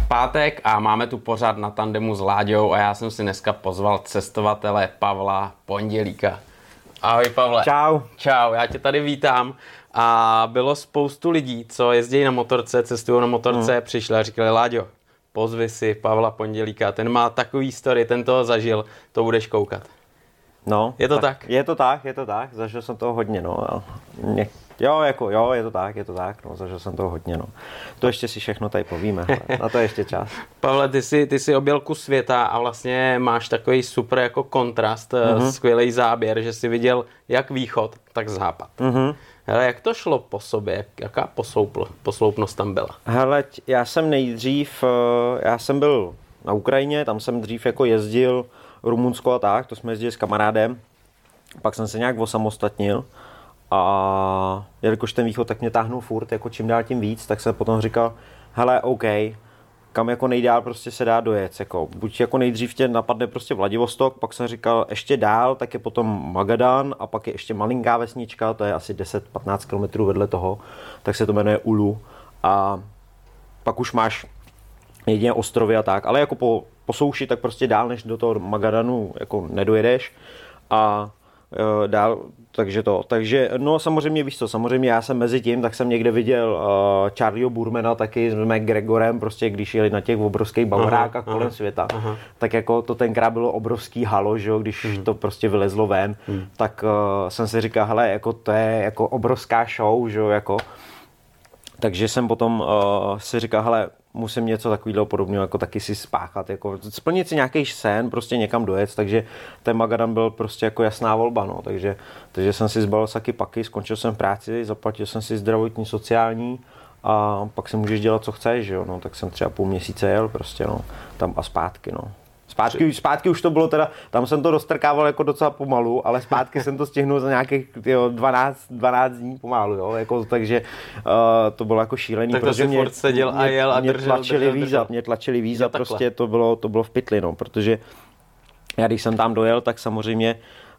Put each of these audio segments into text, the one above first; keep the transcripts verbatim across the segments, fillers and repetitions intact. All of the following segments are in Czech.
pátek a máme tu pořád na tandemu s Láďou a já jsem si dneska pozval cestovatele Pavla Pondělíka. Ahoj Pavle. Čau. Čau, já tě tady vítám. A bylo spoustu lidí, co jezdí na motorce, cestují na motorce, hmm. přišli a říkali: Láďo, pozvi si Pavla Pondělíka, ten má takový story, ten toho zažil, to budeš koukat. No. Je to tak? tak? Je to tak, je to tak, zažil jsem toho hodně, no. Mě, jo, jako, jo, je to tak, je to tak, no, zažil jsem toho hodně, no. To ještě si všechno tady povíme, na to je ještě čas. Pavle, ty jsi, ty jsi objel kus světa a vlastně máš takový super jako kontrast, mm-hmm. skvělý záběr, že jsi viděl jak východ, tak západ. Mm-hmm. Hele, jak to šlo po sobě? Jaká posoupl, posloupnost tam byla? Hele, já jsem nejdřív, já jsem byl na Ukrajině, tam jsem dřív jako jezdil Rumunsko a tak, to jsme jezdili s kamarádem, pak jsem se nějak osamostatnil a jelikož ten východ tak mě táhnul furt, jako čím dál tím víc, tak jsem potom říkal, hele, OK, kam jako nejdál prostě se dá dojet, jako buď jako nejdřív tě napadne prostě Vladivostok, pak jsem říkal ještě dál, tak je potom Magadan a pak je ještě malinká vesnička, to je asi deset patnáct kilometrů vedle toho, tak se to jmenuje Ulu a pak už máš jedině ostrovy a tak, ale jako po, po souši tak prostě dál než do toho Magadanu jako nedojedeš a e, dál, takže to, takže no samozřejmě víš co, samozřejmě já jsem mezi tím, tak jsem někde viděl uh, Charlieho Boormana taky s McGregorem, prostě když jeli na těch obrovských bavorákách kolem aha, světa, aha. tak jako to tenkrát bylo obrovský halo, že jo, když hmm. to prostě vylezlo ven, hmm. tak uh, jsem si říkal, hele, jako to je jako obrovská show, že jo, jako. Takže jsem potom uh, si říkal, hele, musím něco takového podobného jako taky si spáchat, jako splnit si nějaký sen, prostě někam dojet, takže ten Magadan byl prostě jako jasná volba, no, takže, takže jsem si zbalil saky paky, skončil jsem práci, zaplatil jsem si zdravotní, sociální a pak si můžeš dělat, co chceš, jo, no, tak jsem třeba půl měsíce jel prostě, no, tam a zpátky, no. Zpátky, zpátky už to bylo teda, tam jsem to roztrkával jako docela pomalu, ale zpátky jsem to stihnul za nějakých tyjo, dvanáct, dvanáct dní pomalu, jo, jako, takže uh, to bylo jako šílený. Tak to si furt seděl a jel a mě držel, tlačili držel, víza, držel. mě tlačili víza, prostě to bylo, to bylo v pytli, no, protože já když jsem tam dojel, tak samozřejmě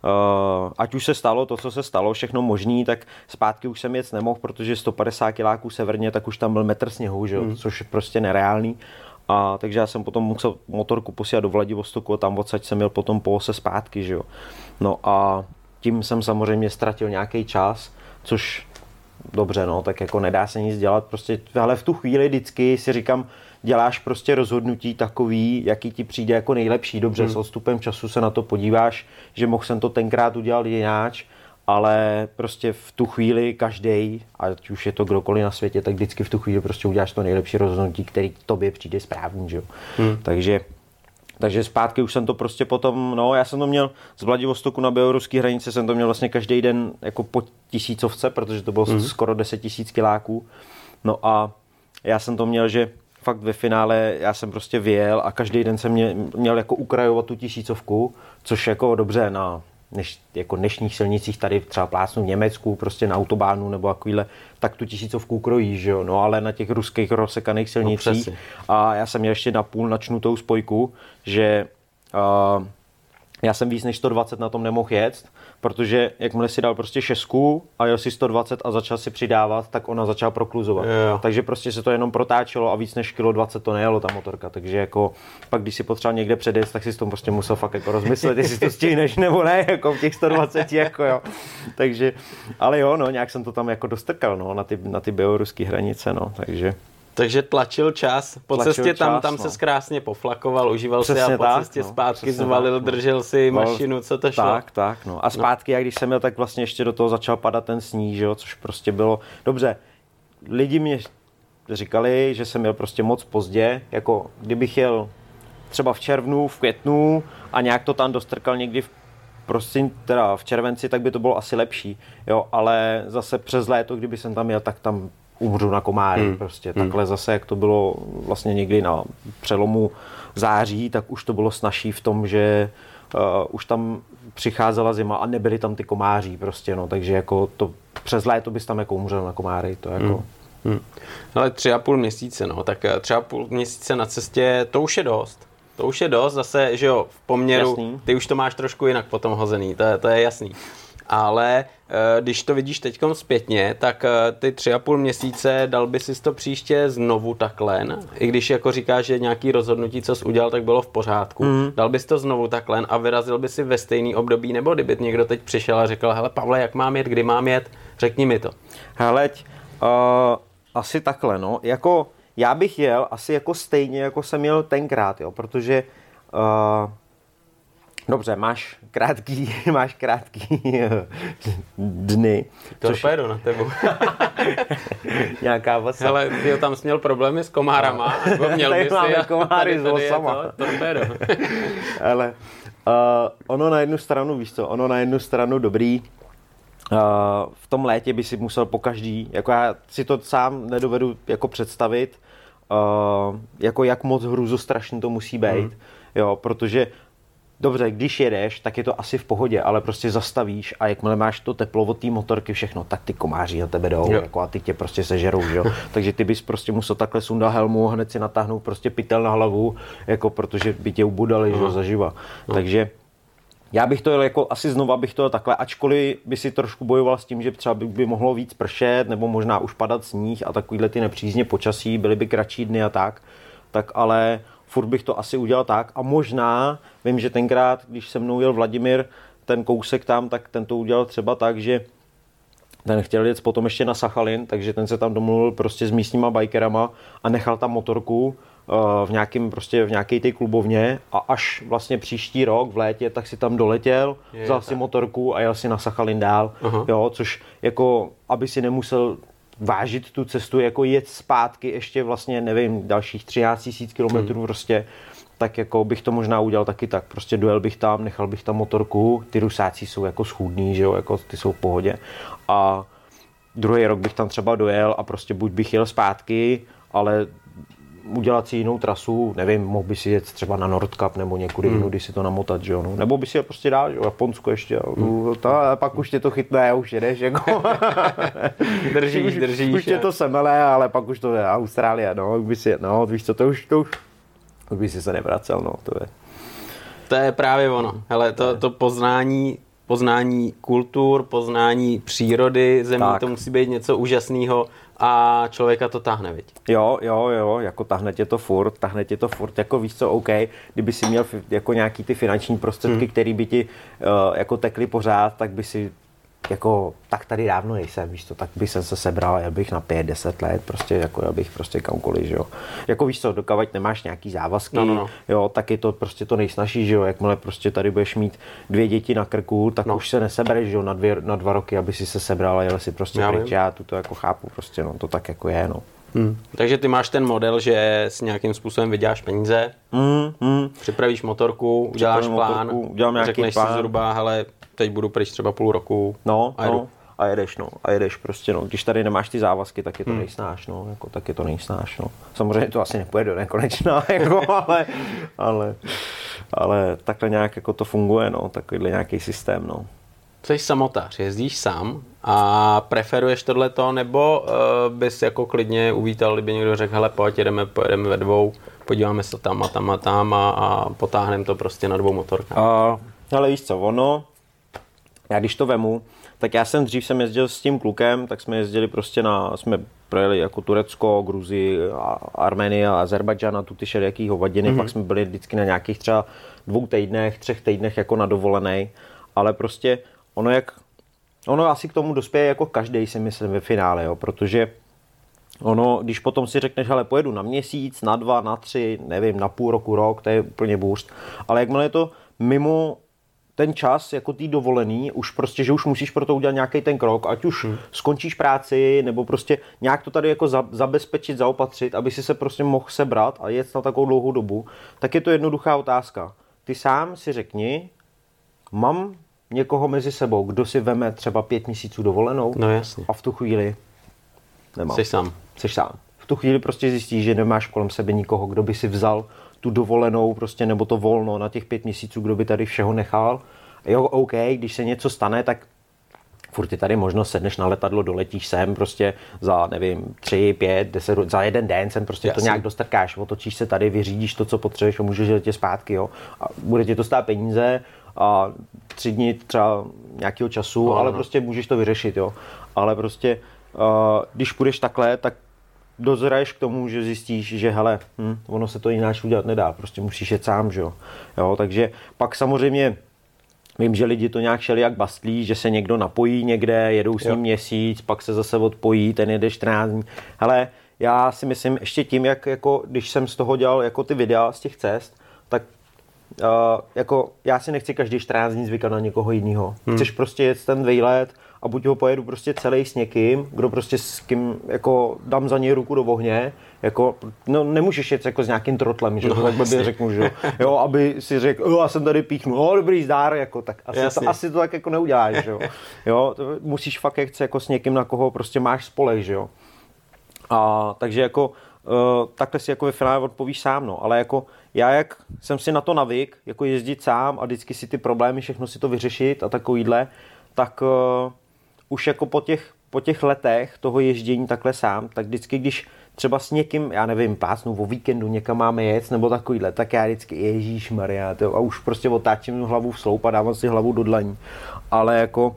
Uh, ať už se stalo to, co se stalo, všechno možný, tak zpátky už jsem jet nemohl, protože sto padesát kiláků severně, tak už tam byl metr sněhu, že? Hmm. Což je prostě nereálný. A takže já jsem potom musel motorku posílat do Vladivostoku a tam odsaď jsem jel potom po ose zpátky, že jo. No a tím jsem samozřejmě ztratil nějaký čas, což dobře, no, tak jako nedá se nic dělat, prostě, ale v tu chvíli vždycky si říkám, děláš prostě rozhodnutí takový, jaký ti přijde jako nejlepší, dobře, hmm. s odstupem času se na to podíváš, že mohl jsem to tenkrát udělat jináč, ale prostě v tu chvíli každej, ať už je to kdokoliv na světě, tak vždycky v tu chvíli prostě uděláš to nejlepší rozhodnutí, který tobě přijde správný, že jo. Hmm. Takže, takže zpátky už jsem to prostě potom, no já jsem to měl z Vladivostoku na běloruské hranice, jsem to měl vlastně každý den jako po tisícovce, protože to bylo hmm. skoro deset tisíc kiláků. No a já jsem to měl, že fakt ve finále já jsem prostě vyjel a každý den jsem mě, měl jako ukrajovat tu tisícovku, což jako dobře na než, jako dnešních silnicích tady třeba plácnu v Německu, prostě na autobánu nebo takovýhle, tak tu tisícovku krojíš, jo, no ale na těch ruských rozsekaných silnicích no, a já jsem měl ještě na půl načnutou spojku, že uh, já jsem víc než sto dvacet na tom nemohl jet, protože jakmile si dal prostě šestku a jel si sto dvacet a začal si přidávat, tak ona začala prokluzovat. Yeah. Takže prostě se to jenom protáčelo a víc než kilo dvacet to nejelo ta motorka, takže jako pak když si potřeboval někde předjet, tak si to prostě musel fakt jako rozmyslet, jestli to stihneš nebo ne, jako v těch sto dvacet jako jo. Takže, ale jo, no, nějak jsem to tam jako dostrkal, no, na ty, na ty běloruské hranice, no, takže. Takže tlačil čas, po tlačil cestě tam, čas, tam no. ses krásně poflakoval, užíval přesně si a po tak, cestě no, zpátky zvalil, tak, no. držel si mašinu, co to šlo. Tak, tak, no. A zpátky, no. jak když jsem jel, tak vlastně ještě do toho začal padat ten sníh, že jo, což prostě bylo, dobře, lidi mě říkali, že jsem jel prostě moc pozdě, jako kdybych jel třeba v červnu, v květnu a nějak to tam dostrkal někdy v prosinci, teda v červenci, tak by to bylo asi lepší, jo, ale zase přes léto, kdyby jsem tam jel, tak tam umřu na komáry, hmm. prostě takhle hmm. zase, jak to bylo vlastně někdy na přelomu září, tak už to bylo snazší v tom, že uh, už tam přicházela zima a nebyly tam ty komáří prostě, no, takže jako to přes léto bys tam jako umřel na komáry, to jako. Hmm. Hmm. Ale tři a půl měsíce, no, tak tři a půl měsíce na cestě, to už je dost. To už je dost, zase, že jo, v poměru, jasný. Ty už to máš trošku jinak potom hozený, to je, to je jasný. ale když to vidíš teďkom zpětně, tak ty tři a půl měsíce dal by si to příště znovu takhle, i když jako říkáš, že nějaký rozhodnutí, co jsi udělal, tak bylo v pořádku. Mm. Dal bys to znovu takhle a vyrazil by si ve stejný období, nebo kdyby někdo teď přišel a řekl, hele Pavle, jak mám jet, kdy mám jet, řekni mi to. Heleď, uh, asi takhle, no, jako já bych jel asi jako stejně, jako jsem jel tenkrát, jo, protože uh, dobře, máš krátký, máš krátký dny. Torpédo což... na tebu. Nějaká vosa. Hele, ty tam jsi měl problémy s komárama. No. Měl tady bys máme si komáry s vosama. Torpédo. Ale uh, ono na jednu stranu, víš co, ono na jednu stranu dobrý, uh, v tom létě by si musel po každý, jako já si to sám nedovedu jako představit, uh, jako jak moc hruzostrašný to musí být, mm. jo, protože dobře, když jedeš, tak je to asi v pohodě, ale prostě zastavíš a jakmile máš to teplo od té motorky všechno, tak ty komáři na tebe jdou jako a ty tě prostě sežerou, že jo. Takže ty bys prostě musel takhle sundat helmu, hned si natáhnout prostě pytel na hlavu, jako protože by tě ubudali, že jo, zaživa. Takže já bych to jel jako asi znova bych to jel takhle, ačkoliv by si trošku bojoval s tím, že třeba by, by mohlo víc pršet, nebo možná už padat sníh a takovýhle ty nepřízně počasí, byly by kratší dny a tak, tak ale furt bych to asi udělal tak a možná, vím, že tenkrát, když se mnou jel Vladimír, ten kousek tam, tak ten to udělal třeba tak, že ten chtěl jet potom ještě na Sachalin, takže ten se tam domluvil prostě s místníma bikerama a nechal tam motorku uh, v nějakým prostě v nějaké té klubovně a až vlastně příští rok v létě, tak si tam doletěl, je, vzal tak. si motorku a jel si na Sachalin dál, uh-huh. jo, což jako, aby si nemusel vážit tu cestu, jako jet zpátky ještě vlastně, nevím, dalších třináct tisíc kilometrů hmm. prostě, tak jako bych to možná udělal taky tak. Prostě dojel bych tam, nechal bych tam motorku, ty Rusáci jsou jako schůdný, že jo, jako ty jsou v pohodě. A druhý rok bych tam třeba dojel a prostě buď bych jel zpátky, ale udělat si jinou trasu, nevím, mohl by si jet třeba na Nordcup nebo někudy hmm. jinou, když si to namotat, že jo, no. Nebo by si je prostě dál, že jo, Japonsko ještě, hmm. to, a pak už tě to chytne a už jedeš, jako. držíš, držíš. Už tě to semele, ale pak už to je Austrálie, no, by si, no, víš co, to už, to už, už by si se nevracel, no, to je. To je právě ono, hele, to, to poznání, poznání kultur, poznání přírody zemí, tak. To musí být něco úžasného. A člověka to táhne, viď? Jo, jo, jo, jako tahne tě to furt, tahne tě to furt, jako víš co, OK, kdyby si měl jako nějaký ty finanční prostředky, hmm. které by ti uh, jako tekly pořád, tak by si jako, tak tady dávno nejsem, víš co, tak bych se sebral, jel bych na pět, deset let, prostě jako jel bych prostě kamkoliv, že jo. Jako víš co, dokavať nemáš nějaký závazky, no, no, no. jo, tak je to prostě to nejsnažší, že jo, jakmile prostě tady budeš mít dvě děti na krku, tak no. už se nesebereš, že jo, na, dvě, na dva roky, aby si se sebral a jel si prostě já pryč, já tu to jako chápu, prostě no, to tak jako je, no. Hmm. Takže ty máš ten model, že s nějakým způsobem vyděláš peníze, hmm, hmm. připravíš motorku, uděláš plán, motorku, udělám řekneš plán. si zhruba, hele, teď budu pryč třeba půl roku no, a jedu. No, a jedeš, no, a jedeš prostě, no. Když tady nemáš ty závazky, tak je to hmm. nejsnáš, no, jako, tak je to nejsnáš, no. Samozřejmě to asi nepojede do nekonečna, jako, ale, ale, ale takhle nějak jako to funguje, no, takovýhle nějaký systém, no. Jsi samotář, jezdíš sám a preferuješ tohleto, nebo uh, bys jako klidně uvítal, kdyby někdo řekl, hele, pojď, jedeme, pojedeme ve dvou, podíváme se tam a tam a tam a, a potáhneme to prostě na dvou motorkách. Uh, ale víš co, ono, já když to vemu, tak já jsem dřív jsem jezdil s tím klukem, tak jsme jezdili prostě na, jsme projeli jako Turecko, Gruzii, Arménie a Azerbajdžán a tu ty všelijaký hovadiny, mm-hmm. pak jsme byli vždycky na nějakých třeba dvou týdnech, třech týdnech jako na dovolenej, ale prostě ono jak, ono asi k tomu dospěje jako každej, si myslím, ve finále, jo, protože ono, když potom si řekneš, hele, pojedu na měsíc, na dva, na tři, nevím, na půl roku, rok, to je úplně bůřt, ale jakmile je to mimo ten čas, jako tý dovolený, už prostě, že už musíš pro to udělat nějaký ten krok, ať už hmm. skončíš práci, nebo prostě nějak to tady jako za, zabezpečit, zaopatřit, aby si se prostě mohl sebrat a jet na takovou dlouhou dobu, tak je to jednoduchá otázka. Ty sám si řekni, mám někoho mezi sebou, kdo si veme třeba pět měsíců dovolenou, no jasně. A v tu chvíli nemám. Jsi sám. Jsi sám. V tu chvíli prostě zjistíš, že nemáš kolem sebe nikoho, kdo by si vzal tu dovolenou prostě, nebo to volno na těch pět měsíců, kdo by tady všeho nechal. Jo, OK, když se něco stane, tak furt je tady možnost, sedneš na letadlo, doletíš sem prostě za, nevím, tři, pět, deset, za jeden den sem prostě jasně. To nějak dostrkáš, otočíš se tady, vyřídíš to, co potřebuješ a můžeš letět zpátky, jo. A bude ti to stát peníze, a tři dny třeba nějakého času, no, ale no. prostě můžeš to vyřešit, jo. Ale prostě, uh, když půjdeš takhle, tak dozraješ k tomu, že zjistíš, že hele, hm, ono se to jináč udělat nedá, prostě musíš jet sám, že jo. jo. Takže pak samozřejmě vím, že lidi to nějak šeli jak bastlí, že se někdo napojí někde, jedou s ním jo. měsíc, pak se zase odpojí, ten jede čtrnáct dní. Hele, já si myslím, ještě tím, jak jako, když jsem z toho dělal jako ty videa z těch cest, tak uh, jako já si nechci každý čtrnáct dní zvykat na někoho jiného. Hmm. Chceš prostě jet ten výlet a buď ho pojedu prostě celý s někým, kdo prostě s kým jako dám za něj ruku do ohně, jako no nemůžeš jet jako s nějakým trotlem, že no, to tak blbě řeknu, že jo, aby si řekl, jo, já jsem tady píchnu, no dobrý zdár, jako tak asi to, asi to tak jako neuděláš, že jo. Jo, to musíš fakt jak jako s někým, na koho prostě máš spoleh, že jo. A takže jako uh, takhle si jako ve finále odpovíš sám, no, ale jako já jak jsem si na to navyk, jako jezdit sám a vždycky si ty problémy, všechno si to vyřešit a takovýhle, tak uh, už jako po těch, po těch letech toho ježdění takhle sám, tak vždycky, když třeba s někým, já nevím, plácnu o víkendu, někam máme jet, nebo takovýhle, tak já vždycky ježíšmarja, a už prostě otáčím hlavu v sloup a dávám si hlavu do dlaní. Ale jako,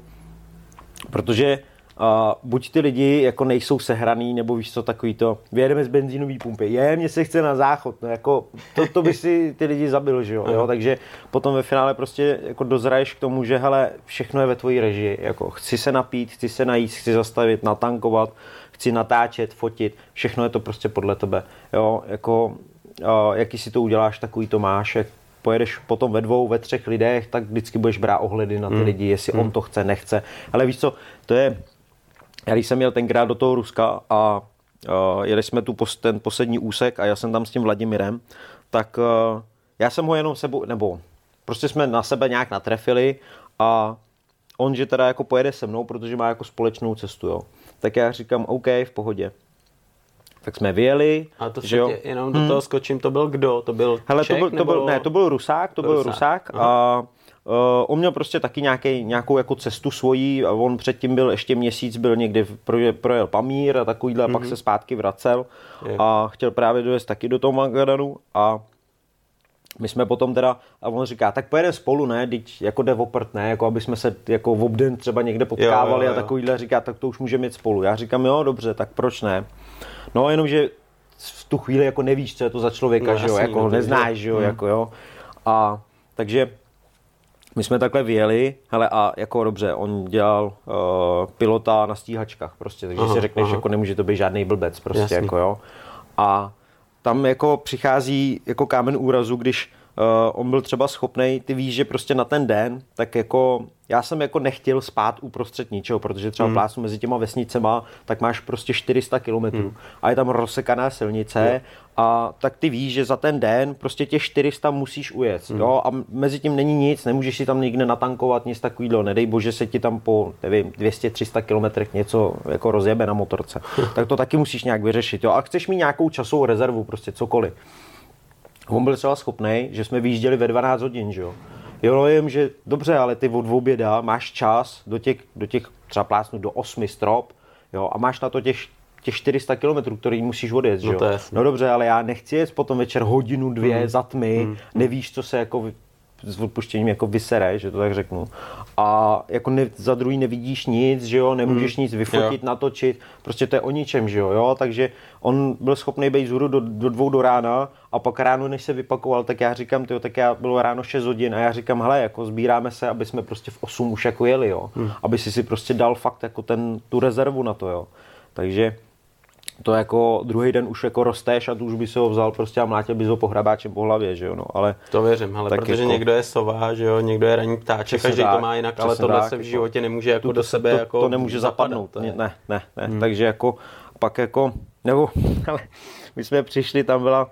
protože Uh, buď ty lidi jako nejsou sehraný, nebo víš co, takový to, vyjedeme z benzínový pumpy, je, mně se chce na záchod, no jako, to, to by si ty lidi zabil, že jo, jo, takže potom ve finále prostě jako dozraješ k tomu, že hele, všechno je ve tvojí režii, jako chci se napít, chci se najít, chci zastavit, natankovat, chci natáčet, fotit, všechno je to prostě podle tebe, jo, jako, uh, jaký si to uděláš, takový to máš, jak pojedeš potom ve dvou, ve třech lidech, tak vždycky budeš brát ohledy na ty hmm. lidi, jestli hmm. on to chce, nechce, ale víš co, to je. Já když jsem jel tenkrát do toho Ruska a uh, jeli jsme tu pos, ten poslední úsek a já jsem tam s tím Vladimirem, tak uh, já jsem ho jenom sebou, nebo prostě jsme na sebe nějak natrefili a on, že teda jako pojede se mnou, protože má jako společnou cestu, jo. Tak já říkám, OK, v pohodě. Tak jsme vyjeli. A to že jo? Jenom do toho hmm. skočím, to byl kdo? To byl Hele, Čech, to byl, to nebo... byl, ne, to byl Rusák, to byl Rusák, Rusák a Uh, on měl prostě taky nějaký, nějakou jako cestu svojí a on předtím byl ještě měsíc, byl někde, projel, projel Pamír a takovýhle, mm-hmm. pak se zpátky vracel je. A chtěl právě dojezd taky do toho Magadanu a my jsme potom teda, a on říká, tak pojedeme spolu, ne, teď jako jde oprt, ne, jako aby jsme se jako v obden třeba někde potkávali jo, jo, jo. a takovýhle, říká, tak to už můžeme jít spolu. Já říkám, jo, dobře, tak proč ne? No jenomže v tu chvíli jako nevíš, co je to za člověka, no, že jo, jako ho neznáš, že jo, hmm. jako jo. A takže my jsme takhle vyjeli, hele a jako dobře, on dělal uh, pilota na stíhačkách prostě, takže aha, si řekneš, aha. jako nemůže to být žádný blbec prostě, jasný. Jako jo. A tam jako přichází jako kámen úrazu, když uh, on byl třeba schopnej, ty víš, že prostě na ten den, tak jako já jsem jako nechtěl spát uprostřed ničeho, protože třeba hmm. plácnu mezi těma vesnicema, tak máš prostě čtyři sta kilometrů hmm. a je tam rozsekaná silnice hmm. a tak ty víš, že za ten den prostě těch čtyři sta musíš ujet, hmm. jo, a mezi tím není nic, nemůžeš si tam nikde natankovat, nic takového, nedej bože se ti tam po, nevím, dvě stě tři sta kilometrech něco jako rozjebe na motorce, tak to taky musíš nějak vyřešit, jo, a chceš mít nějakou časovou rezervu, prostě cokoliv. On byl třeba schopnej, že jsme vyjížděli ve dvanáct hodin, že jo. Jo, jen, že dobře, ale ty od oběda máš čas do těch, do těch třeba plácnu do osmi strop, jo, a máš na to těch, těch čtyři sta kilometrů, který musíš odjet, že jo. No, no dobře, ale já nechci jet potom večer hodinu, dvě mm. za tmy, mm. nevíš, co se jako s odpuštěním jako vysere, že to tak řeknu. A jako ne, za druhý nevidíš nic, že jo, nemůžeš mm. nic vyfotit, jo. natočit, prostě to je o ničem, že jo, jo, takže on byl schopný být zhůru do, do dvou do rána a pak ráno, než se vypakoval, tak já říkám, tyjo, tak já bylo ráno šest hodin a já říkám, hele, jako sbíráme se, aby jsme prostě v osm už jako jeli, jo, mm. aby si si prostě dal fakt jako ten, tu rezervu na to, jo, takže to jako druhý den už jako rosteš a tu už by se ho vzal prostě a mlátil bys ho po hrabáčem po hlavě, že jo, no, ale... To věřím, ale protože jako... někdo je sova, že jo, někdo je ranní ptáček, každý to má jinak, ale tohle tak, se v životě nemůže jako to, do sebe to, jako to nemůže zapadnout, zapadnout ne, ne, ne, hmm. takže jako pak jako, nebo, ale my jsme přišli, tam byla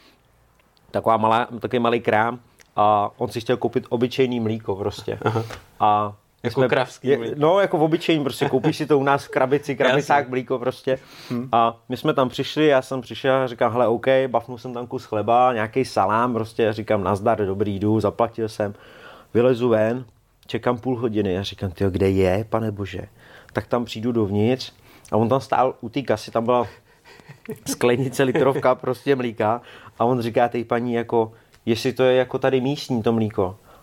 taková malá, takový malý krám a on si chtěl koupit obyčejný mlíko prostě. Aha. A jako jsme, kravský mlíko. No, jako v obyčejný, prostě koupíš si to u nás v krabici, krabicák mlíko prostě. Hmm. A my jsme tam přišli, já jsem přišel a říkám, hele, OK, bafnul jsem tam kus chleba, nějaký salám, prostě říkám, nazdar, dobrý, jdu, zaplatil jsem, vylezu ven, čekám půl hodiny a říkám, tyjo, kde je, pane bože. Tak tam přijdu dovnitř a on tam stál u té kasy, tam byla sklenice litrovka prostě mlíka a on říká té paní jako, jestli to je jako tady místní to mlíko.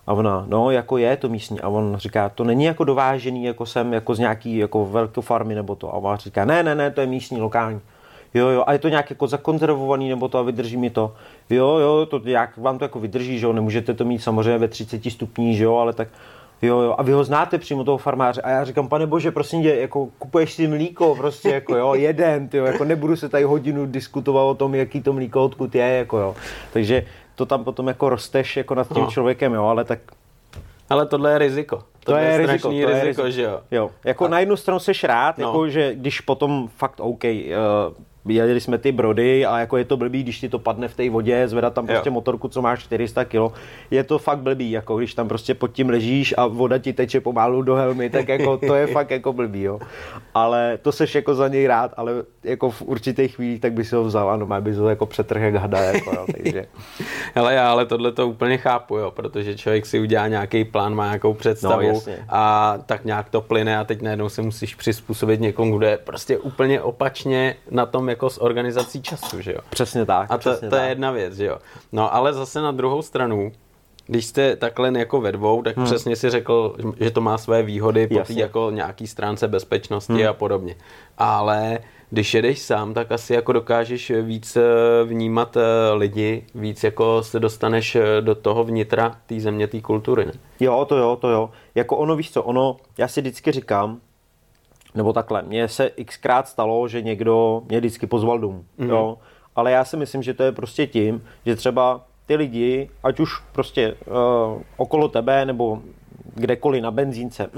A ona, no jako je to místní. A on říká, to není jako dovážený, jako sem, jako z nějaký jako velké farmy nebo to. A ona říká, ne, ne, ne, to je místní, lokální. Jo, jo, a je to nějak jako zakonzervovaný nebo to a vydrží mi to. Jo, jo, to jak vám to jako vydrží, že jo, nemůžete to mít samozřejmě ve třiceti stupních, že jo, ale tak jo, jo, a vy ho znáte přímo toho farmáře a já říkám, pane bože, prosím tě, jako kupuješ si mlíko, prostě jako jo, jeden, tyjo, jako nebudu se tady hodinu diskutovat o tom, jaký to mlíko odkud je, jako jo. Takže to tam potom jako rosteš jako nad tím no. člověkem, jo, ale tak... Ale tohle je riziko. To, to je, je riziko, riziko, to je riziko, riziko, že jo. Jo, jako a... na jednu stranu seš rád, no. jako že když potom fakt OK, uh, jeli jsme ty brody a jako je to blbý, když ti to padne v té vodě, zvedat tam prostě jo. motorku, co máš čtyři sta kilo, je to fakt blbý, jako když tam prostě pod tím ležíš a voda ti teče pomalu do helmy, tak jako to je fakt jako blbý, jo. Ale to seš jako za něj rád, ale jako v určitých chvílích tak by si ho vzal, ano, má by ho jako přetrh jak hada, jako jo, takže. Hele, já ale tohle to úplně chápu, jo, protože člověk si udělá nějaký plán, má nějakou představu no, a tak nějak to plyne a teď najednou se musíš přizpůsobit někomu, kdo je prostě úplně opačně na tom jako s organizací času, že jo. Přesně tak. A to, přesně to tak. je jedna věc, že jo. No ale zase na druhou stranu, když jste takhle jako ve dvou, tak hmm. přesně si řekl, že to má své výhody po té jako nějaký stránce bezpečnosti hmm. a podobně. Ale když jedeš sám, tak asi jako dokážeš víc vnímat lidi, víc jako se dostaneš do toho vnitra té země, té kultury, ne? Jo, to jo, to jo. Jako ono, víš co, ono, já si vždycky říkám, nebo takhle, mně se xkrát stalo, že někdo mě vždycky pozval domů, mm. jo, ale já si myslím, že to je prostě tím, že třeba ty lidi, ať už prostě uh, okolo tebe, nebo kdekoliv na benzínce,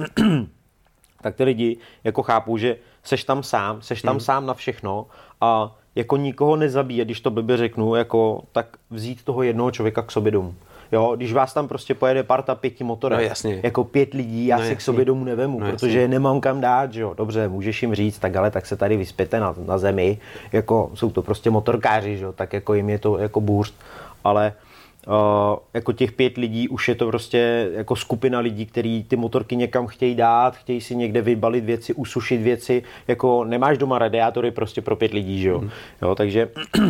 tak ty lidi jako chápou, že seš tam sám, seš tam mm. sám na všechno a jako nikoho nezabíjet, když to blbě řeknu, jako tak vzít toho jednoho člověka k sobě domů. Jo, když vás tam prostě pojede parta pěti motorek, no, jasně. jako pět lidí, já no, si jasně. k sobě domů nevemu, no, protože je nemám kam dát, že jo. Dobře, můžeš jim říct, tak ale tak se tady vyspěte na, na zemi, jako jsou to prostě motorkáři, že jo, tak jako jim je to jako bůřt, ale uh, jako těch pět lidí už je to prostě jako skupina lidí, kteří ty motorky někam chtějí dát, chtějí si někde vybalit věci, usušit věci, jako nemáš doma radiátory prostě pro pět lidí, že jo. Mm. Jo, takže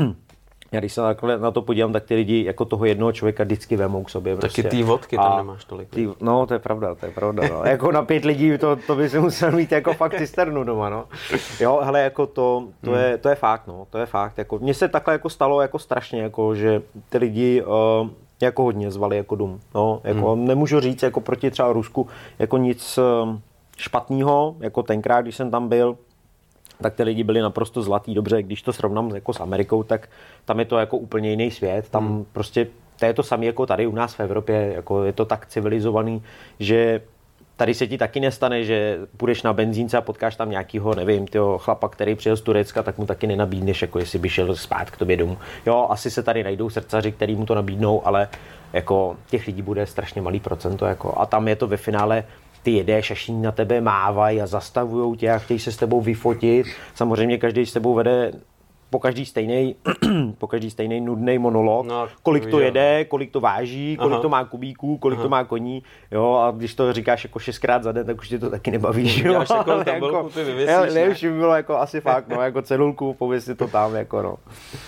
já když se na to podívám, tak ty lidi jako toho jednoho člověka vždycky vemou k sobě. Prostě. Taky ty vodky tam a nemáš tolik. Ty, no, to je pravda, to je pravda. No. Jako na pět lidí to, to by si musel mít jako fakt cisternu doma, no. Jo, hele, jako to, to, hmm. je, to je fakt, no, to je fakt. Jako, mně se takhle jako stalo jako strašně, jako, že ty lidi uh, jako hodně zvali jako dům. No, jako, hmm. nemůžu říct jako proti třeba Rusku jako nic uh, špatného, jako tenkrát, když jsem tam byl, tak ty lidi byli naprosto zlatý. Dobře, když to srovnám jako s Amerikou, tak tam je to jako úplně jiný svět. Tam hmm. prostě to je to samé jako tady u nás v Evropě. Jako je to tak civilizovaný, že tady se ti taky nestane, že půjdeš na benzínce a potkáš tam nějakýho, nevím, tyho chlapa, který přijel z Turecka, tak mu taky nenabídneš, jako jestli by šel spát k tobě domů. Jo, asi se tady najdou srdcaři, který mu to nabídnou, ale jako těch lidí bude strašně malý procento. Jako, a tam je to ve finále, ty jedeš, až na tebe mávají a zastavujou tě a chtějí se s tebou vyfotit. Samozřejmě každý s tebou vede po každý stejný, po každý stejný nudný monolog, no, kolik to jede, kolik to váží, kolik Aha. to má kubíků, kolik Aha. to má koní, jo, a když to říkáš jako šestkrát za den, tak už tě to taky nebaví, jo. Děláš takovou tabulku, ty vyvěsíš, ne? Už by bylo jako asi fakt, no, jako cedulku, pověs si to tam, jako no.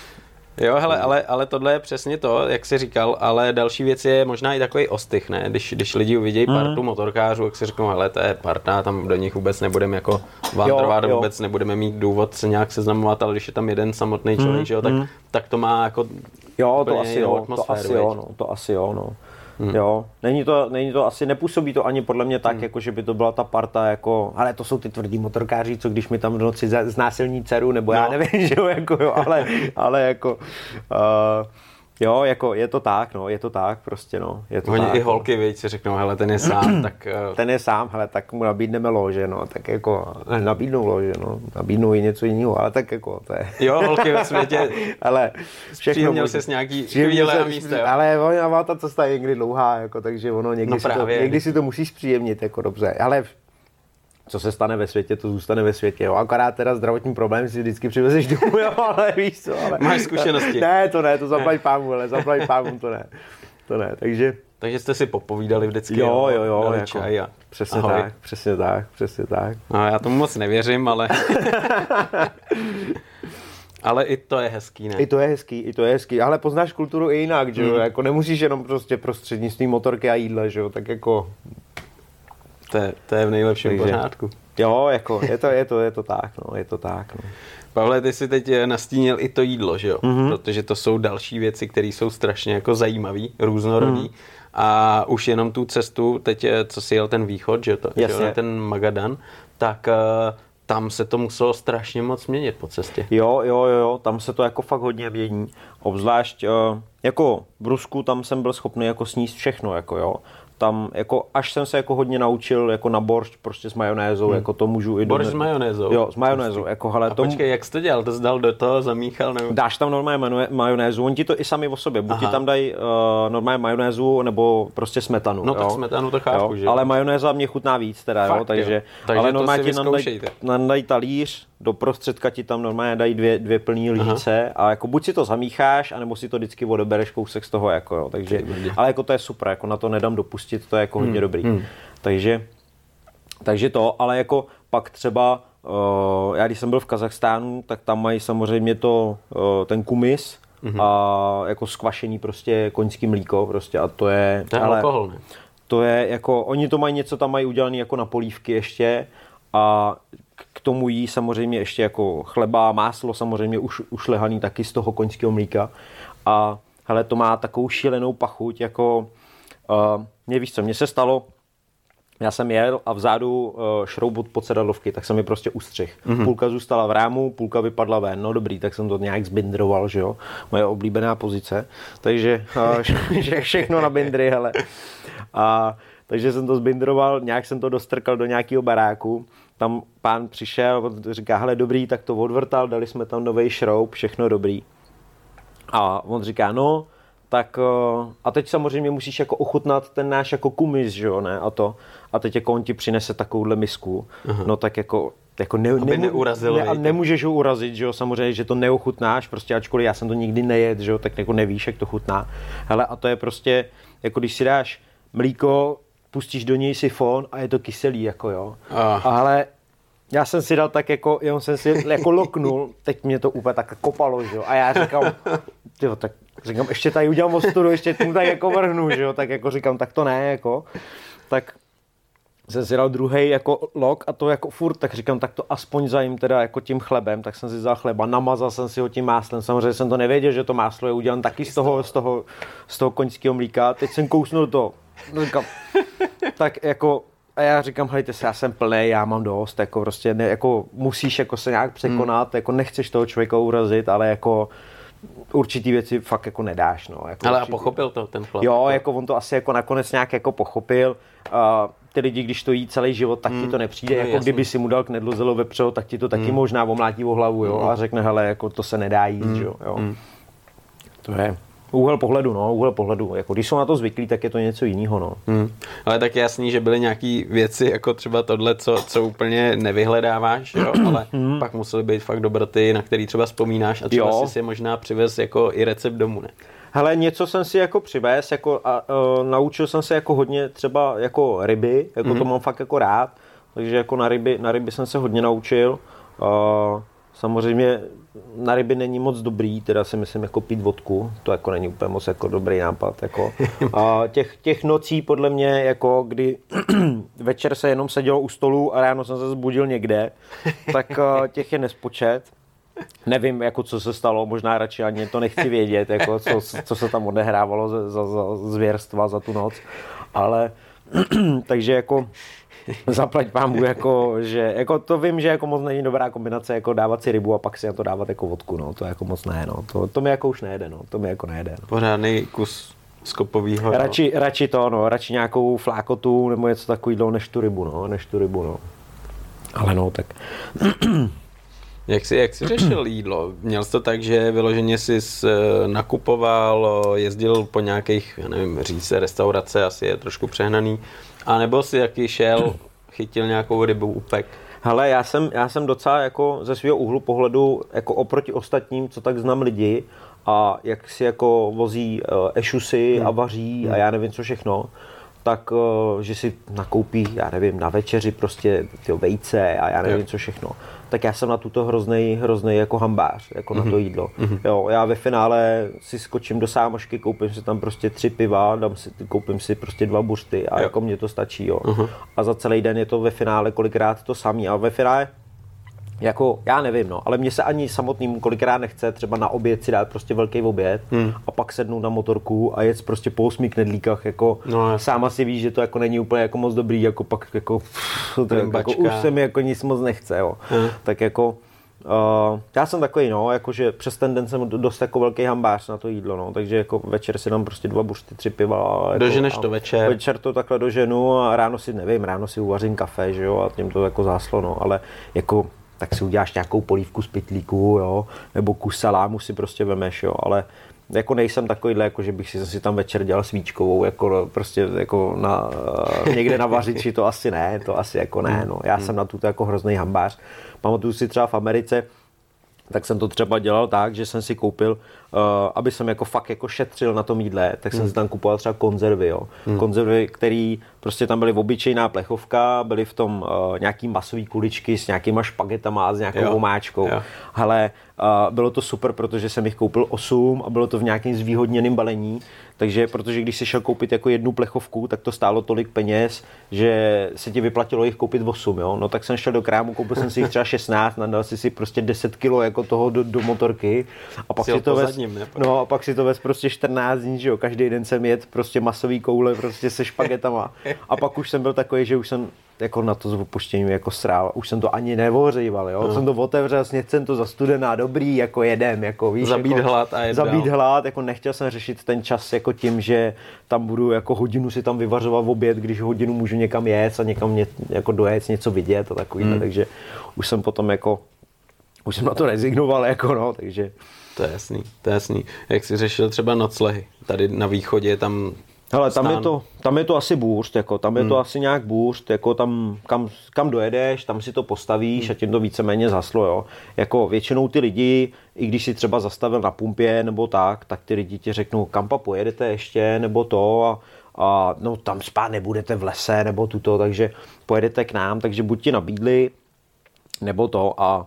Jo, hele, ale, ale tohle je přesně to, jak jsi říkal, ale další věc je možná i takový ostych, ne? Když, když lidi uvidějí partu mm. motorkářů, jak si řeknou, hele, to je parta, tam do nich vůbec nebudeme jako vandrovat, vůbec nebudeme mít důvod se nějak seznamovat, ale když je tam jeden samotný člověk, mm. že jo, tak, mm. tak to má jako jo, to asi jo, to asi jo, no, to asi jo, no. Hmm. Jo, není to, není to asi, nepůsobí to ani podle mě tak, hmm. jako že by to byla ta parta, jako, ale to jsou ty tvrdí motorkáři, co když mi tam v noci znásilní dceru, nebo no. já nevím, že jo, jako jo, ale, ale jako, uh, jo, jako je to tak, no, je to tak, prostě, no, je to Oni tak. i holky, víc, si řeknou, hele, ten je sám, tak... Uh... Ten je sám, hele, tak mu nabídneme lože, no, tak jako, nabídnou lože, no, nabídnou i něco jiného, ale tak jako, to je... Jo, holky ve světě, ale všechno... Měl jsi nějaký chvíle a místo, jo. Ale ona ta cesta je někdy dlouhá, jako, takže ono někdy, no si, to, někdy si to musíš příjemnit, jako dobře, ale... Co se stane ve světě, to zůstane ve světě, jo. Akorát teda zdravotní problém si vždycky přivezeš domů, jo, ale víš co, ale... Máš zkušenosti. Ne, to ne, to zaplať pámu, ale zaplať pámu, to ne. To ne, takže... Takže jste si popovídali vždycky, jo, jo, jo, dali jako, čaj a... Přesně ahoj. tak, přesně tak, přesně tak. No, já tomu moc nevěřím, ale... Ale i to je hezký, ne? I to je hezký, i to je hezký, ale poznáš kulturu i jinak, že jo, mm. jako nemusíš jenom prostě prostřednictvím motorky a jídla, že jo, tak jako... To je, to je v nejlepším Takže, pořádku. Jo, jako je to, je to, je to tak, no, je to tak, no. Pavle, ty si teď nastínil i to jídlo, že jo? Mm-hmm. Protože to jsou další věci, které jsou strašně jako zajímavý, různorodý. Mm. A už jenom tu cestu, teď co si jel ten východ, že jo, to, že jo, ten Magadan, tak uh, tam se to muselo strašně moc měnit po cestě. Jo, jo, jo, tam se to jako fakt hodně mění. Obzvlášť uh, jako v Rusku, tam jsem byl schopný jako sníst všechno, jako jo. Tam jako, až jsem se jako hodně naučil jako na boršť prostě s majonézou, hmm. jako to můžu i... Boršť s majonézou? Jo, s majonézou, jako hele... A tomu... počkej, jak jsi to dělal? To jsi dal do toho, zamíchal nebo... Dáš tam normálně majonézu, oni ti to i sami o sobě, buď ti tam dají uh, normálně majonézu, nebo prostě smetanu. No jo? tak smetanu to chápu, jo? že? Ale majonéza mě chutná víc teda, Fakt, jo, takže... Jo. takže ale normálně ti nandají talíř, do prostředka ti tam normálně dají dvě, dvě plný lžíce a jako buď si to zamícháš, anebo si to vždycky odebereš kousek z toho, jako jo, takže... Ale jako to je super, jako na to nedám dopustit, to je jako hodně hmm. dobrý. Hmm. Takže, takže to, ale jako pak třeba, uh, já když jsem byl v Kazachstánu, tak tam mají samozřejmě to, uh, ten kumis mm-hmm. a jako skvašený prostě koňský mlíko prostě a to je... To je ale, alkohol, ne? To je jako, oni to mají něco tam mají udělané jako na polívky ještě a k tomu jí samozřejmě ještě jako chleba, máslo samozřejmě už, ušlehaný taky z toho koňského mlíka a hele, to má takovou šílenou pachuť, jako uh, mě víš co, mně se stalo, já jsem jel a vzadu uh, šroubot pod sedadlovky, tak jsem mi prostě ustřih. Mm-hmm. Půlka zůstala v rámu, půlka vypadla ven, no dobrý, tak jsem to nějak zbindroval, že jo, moje oblíbená pozice, takže uh, všechno na bindry, hele. A takže jsem to zbindroval, nějak jsem to dostrkal do nějakého baráku, tam pán přišel, říká, hele dobrý, tak to odvrtal, dali jsme tam novej šroub, všechno dobrý. A on říká, no, tak a teď samozřejmě musíš jako ochutnat ten náš jako kumis, že jo, ne, a to. A teď jako on ti přinese takovouhle misku, uh-huh. no tak jako, jako ne, Aby nemu, neurazil, ne, a nemůžeš ho urazit, že jo, samozřejmě, že to neochutnáš, prostě ačkoliv já jsem to nikdy nejedl, že jo, tak jako nevíš, jak to chutná. Hele, a to je prostě, jako když si dáš mlíko, pustíš do něj sifon a je to kyselý, jako jo. Uh. Ale já jsem si dal tak jako, jenom jsem si jako loknul, teď mě to úplně tak kopalo, že jo, a já říkám, tyjo, tak říkám, ještě tady udělám ostudu, ještě tím tak jako vrhnu, že jo, tak jako říkám, tak to ne, jako, tak jsem si dal druhej jako lok a to jako furt, tak říkám, tak to aspoň zajím teda jako tím chlebem, tak jsem si vzal chleba, namazal jsem si ho tím máslem, samozřejmě jsem to nevěděl, že to máslo je udělané taky z toho, z toho, z toho koňského mlíka, teď jsem kousnul to, říkám, tak jako, a já říkám, hejte se, já jsem plnej, já mám dost, jako prostě, ne, jako musíš jako se nějak překonat, hmm. jako nechceš toho člověka urazit, ale jako určitý věci fakt jako nedáš, no. Jako ale určitý... a pochopil to ten chlap? Jo, jako on to asi jako nakonec nějak jako pochopil. Uh, ty lidi, když to jí celý život, tak hmm. ti to nepřijde, no, jako jasný. Kdyby si mu dal knedlo zelo vepřeho, tak ti to taky hmm. možná omlátí o hlavu, jo, hmm. a řekne, hele, jako to se nedá jíst, hmm. jo. Hmm. To je úhel pohledu, no, úhel pohledu. Jako když jsou na to zvyklí, tak je to něco jiného, no. Hmm. Ale tak jasný, že byly nějaký věci, jako třeba tohle, co, co úplně nevyhledáváš, jo, ale hmm. pak musely být fakt dobroty, na který třeba vzpomínáš a třeba jo. si si možná přivez jako i recept domů, ne? Hele, něco jsem si jako přivez, jako a, uh, naučil jsem se jako hodně třeba jako ryby, jako mm-hmm. to mám fakt jako rád, takže jako na ryby, na ryby jsem se hodně naučil. Uh, samozřejmě na ryby není moc dobrý, teda si myslím jako pít vodku, to jako není úplně moc jako dobrý nápad. Jako. Uh, těch, těch nocí podle mě, jako kdy večer se jenom sedělo u stolu a ráno jsem se zbudil někde, tak uh, těch je nespočet. Nevím, jako co se stalo, možná radši ani to nechci vědět, jako co, co se tam odehrávalo za, za, za zvěrstva za tu noc, ale takže jako zaplať pámu, jako, že jako to vím, že jako moc není dobrá kombinace, jako dávat si rybu a pak si na to dávat jako vodku, no, to jako moc ne, no, to, to mi jako už nejde, no, to mi jako nejde. No. Pořádný kus skopovýho. Radši, radši to, no, radši nějakou flákotu nebo něco takového, než tu rybu, no, než tu rybu, no. Ale no, tak... Jak jsi, jak jsi řešil jídlo? Měl jsi to tak, že vyloženě jsi nakupoval, jezdil po nějakých, já nevím, říce, restaurace, asi je trošku přehnaný, a nebo jsi jaký šel, chytil nějakou rybu, upek? Hele, já jsem, já jsem docela jako ze svého úhlu pohledu jako oproti ostatním, co tak znám lidi a jak si jako vozí uh, ešusy hmm. a vaří hmm. a já nevím co všechno, tak že si nakoupí, já nevím, na večeři prostě tyjo, vejce a já nevím jo. co všechno. Tak já jsem na tuto hroznej, hroznej jako hambář, jako mm-hmm. na to jídlo. Mm-hmm. Jo, já ve finále si skočím do sámošky, koupím si tam prostě tři piva, dám si, koupím si prostě dva buřty a jo. jako mě to stačí, jo. Mm-hmm. A za celý den je to ve finále kolikrát to samý. A ve finále jako, já nevím, no, ale mně se ani samotným kolikrát nechce třeba na oběd si dát prostě velký oběd hmm. a pak sednout na motorku a jet prostě po osmi knedlíkách, jako no, sám asi víš, že to jako není úplně jako moc dobrý, jako pak jako, pff, to jako už se mi jako nic moc nechce, jo. Hmm. Tak jako uh, já jsem takový, no, jakože přes ten den jsem dost jako velký hambář na to jídlo, no, takže jako večer si dám prostě dva buřty, tři piva. Jako, doženeš to večer? Večer to takhle doženu a ráno si, nevím, ráno si uvařím kafe, že jo, a tím to jako záslo, no, ale jako tak si uděláš nějakou polívku z pytlíku, jo, nebo kus salámu si prostě vemeš, jo, ale jako nejsem takovýhle, jako že bych si, si tam večer dělal svíčkovou, jako prostě jako na, někde na vařiči, to asi ne, to asi jako ne, no, já jsem na tuto jako hrozný hambář. Pamatuju si třeba v Americe, tak jsem to třeba dělal tak, že jsem si koupil, uh, aby jsem jako fakt jako šetřil na tom jídle, tak jsem hmm. si tam kupoval třeba konzervy, jo. Hmm. Konzervy, které prostě tam byly obyčejná plechovka, byly v tom uh, nějaký masový kuličky s nějakýma špagetama a s nějakou omáčkou. Hele, uh, bylo to super, protože jsem jich koupil osm a bylo to v nějakém zvýhodněném balení, takže protože když si šel koupit jako jednu plechovku, tak to stálo tolik peněz, že se ti vyplatilo jich koupit osm, jo. No tak jsem šel do krámu, koupil jsem si jich třeba šestnáct, nadal si si prostě deset kilo jako toho do, do motorky a pak si, si to vez, no a pak si to vez prostě čtrnáct dní, že jo. Každý den jsem jet prostě masový koule prostě se špagetama. A pak už jsem byl takový, že už jsem jako na to s opuštěním jako srál, už jsem to ani nevoříval, jo. No. Jsem to otevřel, sněd jsem to za studená, dobrý, jako jedem, jako víš. Zabít jako, hlad a jet Zabít dál. hlad, jako nechtěl jsem řešit ten čas jako tím, že tam budu jako hodinu si tam vyvařovat v oběd, když hodinu můžu někam jet a někam ně, jako dojet, něco vidět a takový, hmm. takže už jsem potom jako, už jsem na to rezignoval, jako no, takže. To je jasný, to je jasný. Jak jsi řešil třeba noclehy? Tady na východě tam hele, tam je, to, tam je to asi bůřt, jako, tam je hmm. to asi nějak bůřt, jako tam, kam, kam dojedeš, tam si to postavíš hmm. a tím to víceméně zaslo, jo. Jako většinou ty lidi, i když si třeba zastavil na pumpě nebo tak, tak ty lidi ti řeknou, kam pa pojedete ještě, nebo to a, a no tam spát nebudete v lese, nebo tuto, takže pojedete k nám, takže buď ti nabídli, nebo to a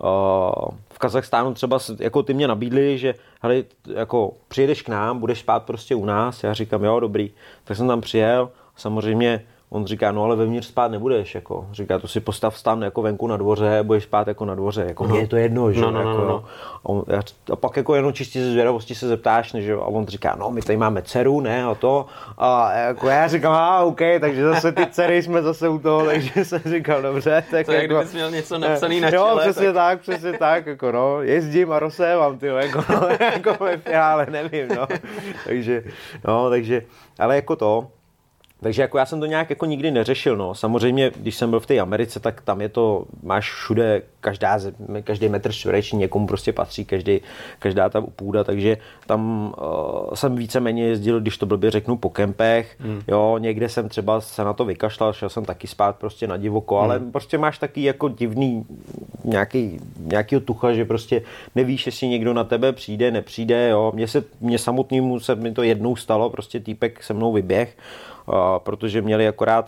Uh, v Kazachstánu třeba jako ty mě nabídli, že hele, jako přijedeš k nám, budeš spát prostě u nás, já říkám jo, dobrý, tak jsem tam přijel, samozřejmě on říká, no ale vevnitř spát nebudeš, jako, říká, to si postav stan jako venku na dvoře, budeš spát jako na dvoře, jako mně je to jedno, že no, no, jako, no, no. A, on, a pak jako jenom čistě ze zvědavosti se zeptáš, ne, že a on říká, no my tady máme dceru, ne, a to, a jako já říkám, a OK, takže zase ty dcery jsme zase u toho, takže jsem říkal, dobře, tak to jako, jak kdybys měl něco napsaný na čele. Jo, přesně tak, tak přesně tak, jako no, jezdím a rozsévám, tyjo, jako, no, jako ve finále, nevím, no, takže, no, takže, ale jako to, takže jako já jsem to nějak jako nikdy neřešil, no. Samozřejmě, když jsem byl v té Americe, tak tam je to, máš všude, každá, každý metr čtvereční někomu prostě patří, každý, každá ta půda, takže tam uh, jsem víceméně jezdil, když to blbě řeknu, po kempech, hmm. jo, někde jsem třeba se na to vykašlal, šel jsem taky spát prostě na divoko, hmm. ale prostě máš taky jako divný nějaký, nějakýho tucha, že prostě nevíš, jestli někdo na tebe přijde, nepřijde, jo. Mně se, mně samotnému se mi to jednou stalo, prostě týpek se mnou vyběh, Uh, protože měli akorát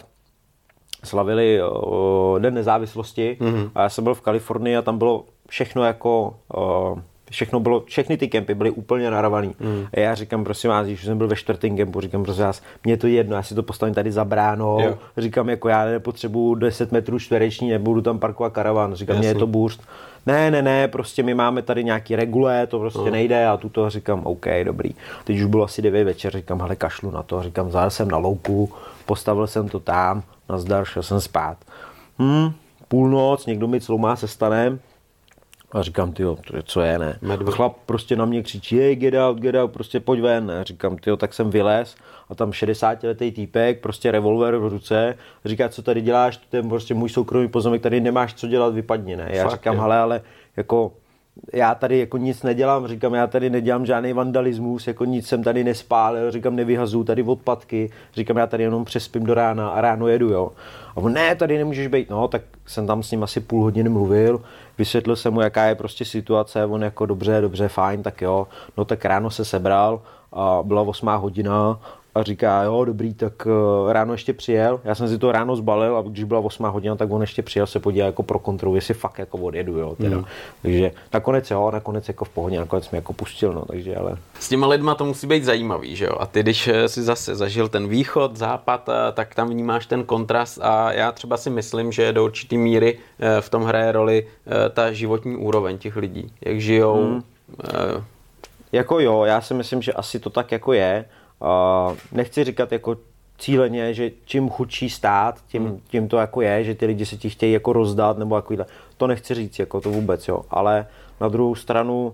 slavili uh, Den nezávislosti mm-hmm. a já jsem byl v Kalifornii a tam bylo všechno jako uh, všechno bylo, všechny ty kempy byly úplně naravaný. Mm. A já říkám, prosím vás, když jsem byl ve čtvrtém kempu, říkám, prosím vás, mně je to jedno, já si to postavím tady za bránou, jo. Říkám, jako já nepotřebuju deset metrů čtvereční, nebudu tam parkovat karavan, říkám, mně je to bůřt. Ne, ne, ne, prostě my máme tady nějaký regulé, to prostě no. nejde a tuto říkám, OK, dobrý. Teď už bylo asi devět večer, říkám, hele, kašlu na to, říkám, zajel jsem na louku, postavil jsem to tam, nazdar, šel jsem spát. Hm, půlnoc, někdo mi cloumá se stanem a říkám, tyjo, co je, ne? A chlap prostě na mě křičí, hey, get out, get out, prostě pojď ven. A říkám, tyjo, tak jsem vylez a tam šedesátiletý týpek, prostě revolver v ruce, říká, co tady děláš, to je prostě můj soukromý pozemek, tady nemáš co dělat, vypadni, ne? Já Fakt, říkám, je. hele, ale jako já tady jako nic nedělám, říkám, já tady nedělám žádný vandalismus, jako nic jsem tady nespálil, říkám, nevyhazuju tady odpadky, říkám, já tady jenom přespím do rána a ráno jedu, jo. A on, ne, tady nemůžeš být, no, tak jsem tam s ním asi půl hodiny mluvil, vysvětlil jsem mu, jaká je prostě situace, on jako dobře, dobře, fajn, tak jo, no tak ráno se sebral a byla osmá hodina a říká, jo, dobrý, tak uh, ráno ještě přijel. Já jsem si to ráno zbalil a když byla osmá hodina, tak on ještě přijel se podívat jako pro kontrolu, jestli fakt jako odjedu, jo, teda. Mm. Takže nakonec jo, nakonec jako v pohodě, nakonec mi jako pustil, no, takže ale. S těma lidma to musí být zajímavý, že jo? A ty, když si zase zažil ten východ, západ, tak tam vnímáš ten kontrast a já třeba si myslím, že do určitý míry v tom hraje roli ta životní úroveň těch lidí, jak žijou. Mm. Uh... Jako jo, já si myslím, že asi to tak jako je. Uh, nechci říkat jako cíleně, že čím chudší stát, tím, hmm. tím to jako je, že ty lidi se ti chtějí jako rozdat nebo jako to nechci říct, jako to vůbec, jo. Ale na druhou stranu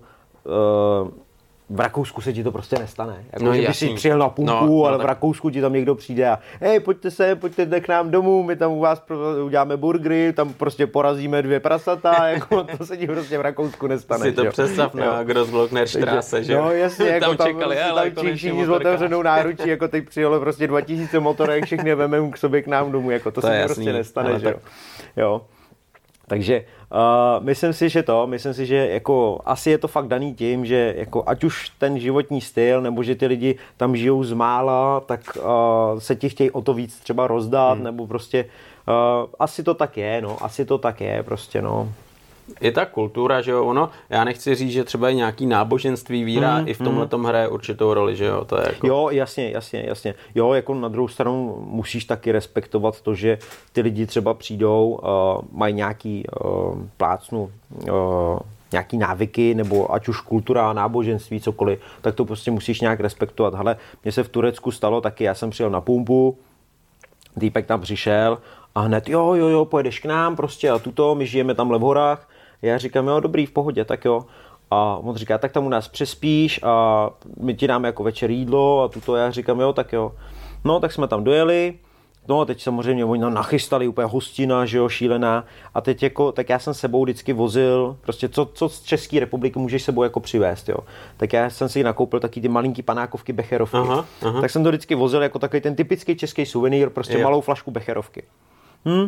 uh, v Rakousku se ti to prostě nestane. Jako, no, že by si přijel na pumpu, no, no, ale tak... v Rakousku ti tam někdo přijde a hej, pojďte se, pojďte k nám domů, my tam u vás uděláme burgery, tam prostě porazíme dvě prasata, jako to se ti prostě v Rakousku nestane. Si to představ na Grossglocknerstraße, že? No jasně, jako tam, tam čekali, prostě, ale tam všichni s otevřenou náručí, jako teď přijelo prostě dva tisíce motorek, všechny vememe k sobě k nám domů, jako to, to se ti prostě nestane, že jo. jo. Takže uh, myslím si, že to, myslím si, že jako asi je to fakt daný tím, že jako ať už ten životní styl, nebo že ty lidi tam žijou z mála, tak uh, se ti chtějí o to víc třeba rozdat, hmm. nebo prostě uh, asi to tak je, no, asi to tak je prostě, no. I ta kultura, že jo, ono, já nechci říct, že třeba i nějaký náboženství, víra mm, i v tomhletom mm. hraje určitou roli, že jo, to je jako... Jo, jasně, jasně, jasně. Jo, jako na druhou stranu musíš taky respektovat to, že ty lidi třeba přijdou, uh, mají nějaký uh, plácnu, uh, nějaký návyky, nebo ať už kultura, náboženství, cokoliv, tak to prostě musíš nějak respektovat. Hele, mně se v Turecku stalo taky, já jsem přijel na pumpu, týpek tam přišel a hned, jo, jo, jo, pojedeš k nám prostě a tuto, my žijeme tamhle v horách. Já říkám, jo, dobrý, v pohodě, tak jo. A on říká, tak tam u nás přespíš a my ti dáme jako večer jídlo a tuto. Já říkám, jo, tak jo. No, tak jsme tam dojeli. No, teď samozřejmě oni nám nachystali úplně hostina, že jo, šílená. A teď jako, tak já jsem sebou vždycky vozil, prostě co, co z České republiky můžeš sebou jako přivést, jo. Tak já jsem si nakoupil taky ty malinký panákovky, becherovky. Aha, aha. Tak jsem to vždycky vozil jako takový ten typický český suvenýr, prostě jo. Malou flašku becherovky. Hm?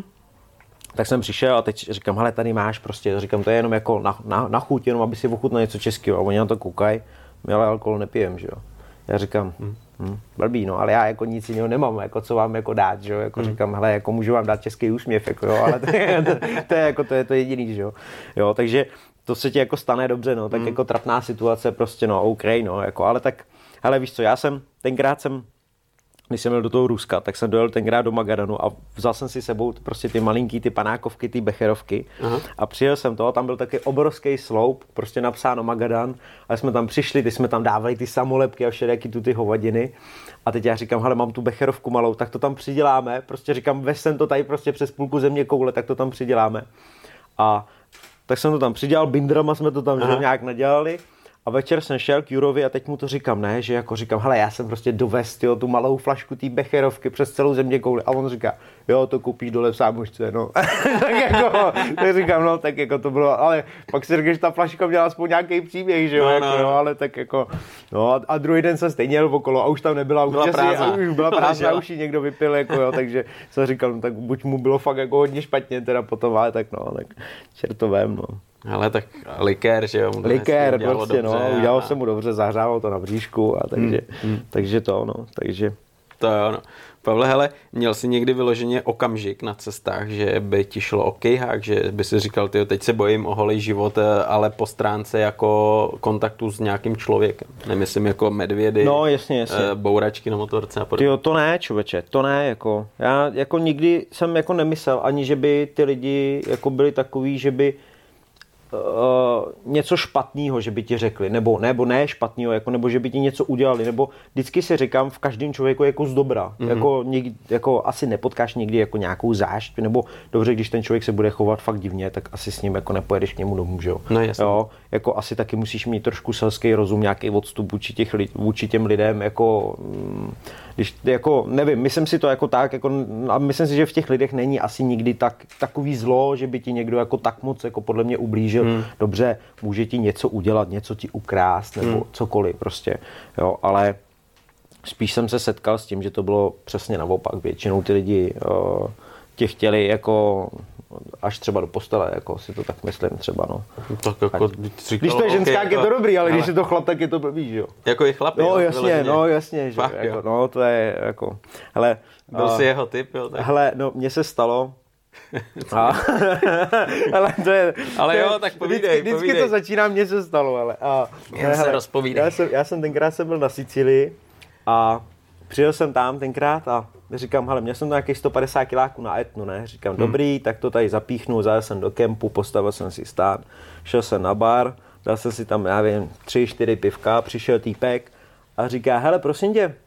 Tak jsem přišel a teď říkám, hele, tady máš prostě, říkám, to je jenom jako na, na, na chuť, jenom aby si ochutnal něco českého. A oni na to koukají, my ale alkohol nepijem, že jo. Já říkám, hm, hm, blbý, no, ale já jako nic jiného nemám, jako co vám jako dát, že jo. Jako hmm. říkám, hele, jako můžu vám dát český úsměv, jako jo, ale to je, to, to je jako to je to jediný, že jo. Jo, takže to se ti jako stane dobře, no, tak hmm. jako trapná situace, prostě no, OK, no, jako, ale tak, hele, víš co, já jsem, tenkrát jsem, když jsem jel do toho Ruska, tak jsem dojel tenkrát do Magadanu a vzal jsem si sebou prostě ty malinký, ty panákovky, ty becherovky. Aha. A přijel jsem to a tam byl taky obrovský sloup, prostě napsáno Magadan a jsme tam přišli, ty jsme tam dávali ty samolepky a všelijaký tu ty hovadiny. A teď já říkám, hele, mám tu becherovku malou, tak to tam přiděláme, prostě říkám, vez jsem to tady prostě přes půlku země koule, tak to tam přiděláme. A tak jsem to tam přidělal, bindrama jsme to tam že nějak nadělali. A večer jsem šel k Jurovi a teď mu to říkám, ne, že jako říkám, hele, já jsem prostě dovez, tyjo, tu malou flašku té becherovky přes celou země kouli. A on říká, jo, to koupíš dole v Sámošce, no. tak jako, tak říkám, no, tak jako to bylo, ale pak si říkáš, ta flaška měla aspoň nějaký příběh, že jo, no, jako, no. No, ale tak jako, no a, a druhý den jsem stejně jel okolo a už tam nebyla, byla prázdná, už byla prázdná, už ji někdo vypil, jako jo, takže jsem říkal, no tak buď mu bylo fakt jako hodně špatně teda potom, ale tak no, tak čertovém, no. Ale tak likér, že jo? Likér, prostě, no, a... udělal jsem mu dobře, zahřával to na bříšku a takže, hmm. takže to, no, takže. To jo, no. Pavle, hele, měl jsi někdy vyloženě okamžik na cestách, že by ti šlo o kejhák, že by si říkal, tyjo, teď se bojím o holý život, ale po stránce jako kontaktu s nějakým člověkem. Nemyslím jako medvědy, no, jasně, jasně. bouračky na motorce a podobně. Tyjo, to ne, člověče, to ne, jako. Já jako nikdy jsem jako nemyslel, ani že by ty lidi jako byli takový, že by Uh, něco špatného, že by ti řekli, nebo, nebo ne špatného, jako, nebo že by ti něco udělali, nebo vždycky si říkám, v každém člověku jako z dobra, mm-hmm. jako, někdy, jako asi nepotkáš někdy jako nějakou zášť, nebo dobře, když ten člověk se bude chovat fakt divně, tak asi s ním jako nepojedeš k němu domů, že jo. No, jasně. Jo, jako asi taky musíš mít trošku selský rozum, nějaký odstup vůči, těch, vůči těm lidem, jako když, jako, nevím, myslím si to jako tak, jako, a myslím si, že v těch lidech není asi nikdy tak, takový zlo, že by ti někdo jako tak moc jako podle mě ublížil. Hmm. Dobře, může ti něco udělat, něco ti ukrást, nebo hmm. cokoliv prostě, jo, ale spíš jsem se setkal s tím, že to bylo přesně naopak. Většinou ty lidi uh, tě chtěli jako až třeba do postele, jako si to tak myslím třeba, no. Tak jako, říkal, když to je ženská, okay, je to dobrý, ale, ale když je to chlap, tak je to blbý, že jo. Jako i chlap, no, jasně, vyleženě. no jasně, že Fakt, jako, no to je jako, hele. Byl uh, si jeho typ, jo? Tak. Hele, no mně se stalo, a, ale to je, ale to jo, je, tak povídej, vždycky, povídej. Vždycky to začíná, mně se stalo, ale. A, já se rozpovídej. Já jsem, já jsem tenkrát jsem byl na Sicílii a přijel jsem tam tenkrát a říkám, hele, měl jsem tam nějakých sto padesát kiláků na Etnu, ne? Říkám, hmm. dobrý, tak to tady zapíchnu, zajel jsem do kempu, postavil jsem si stán, šel jsem na bar, dal jsem si tam, já vím, tři, čtyři pivka, přišel týpek a říká, hele, prosím tě,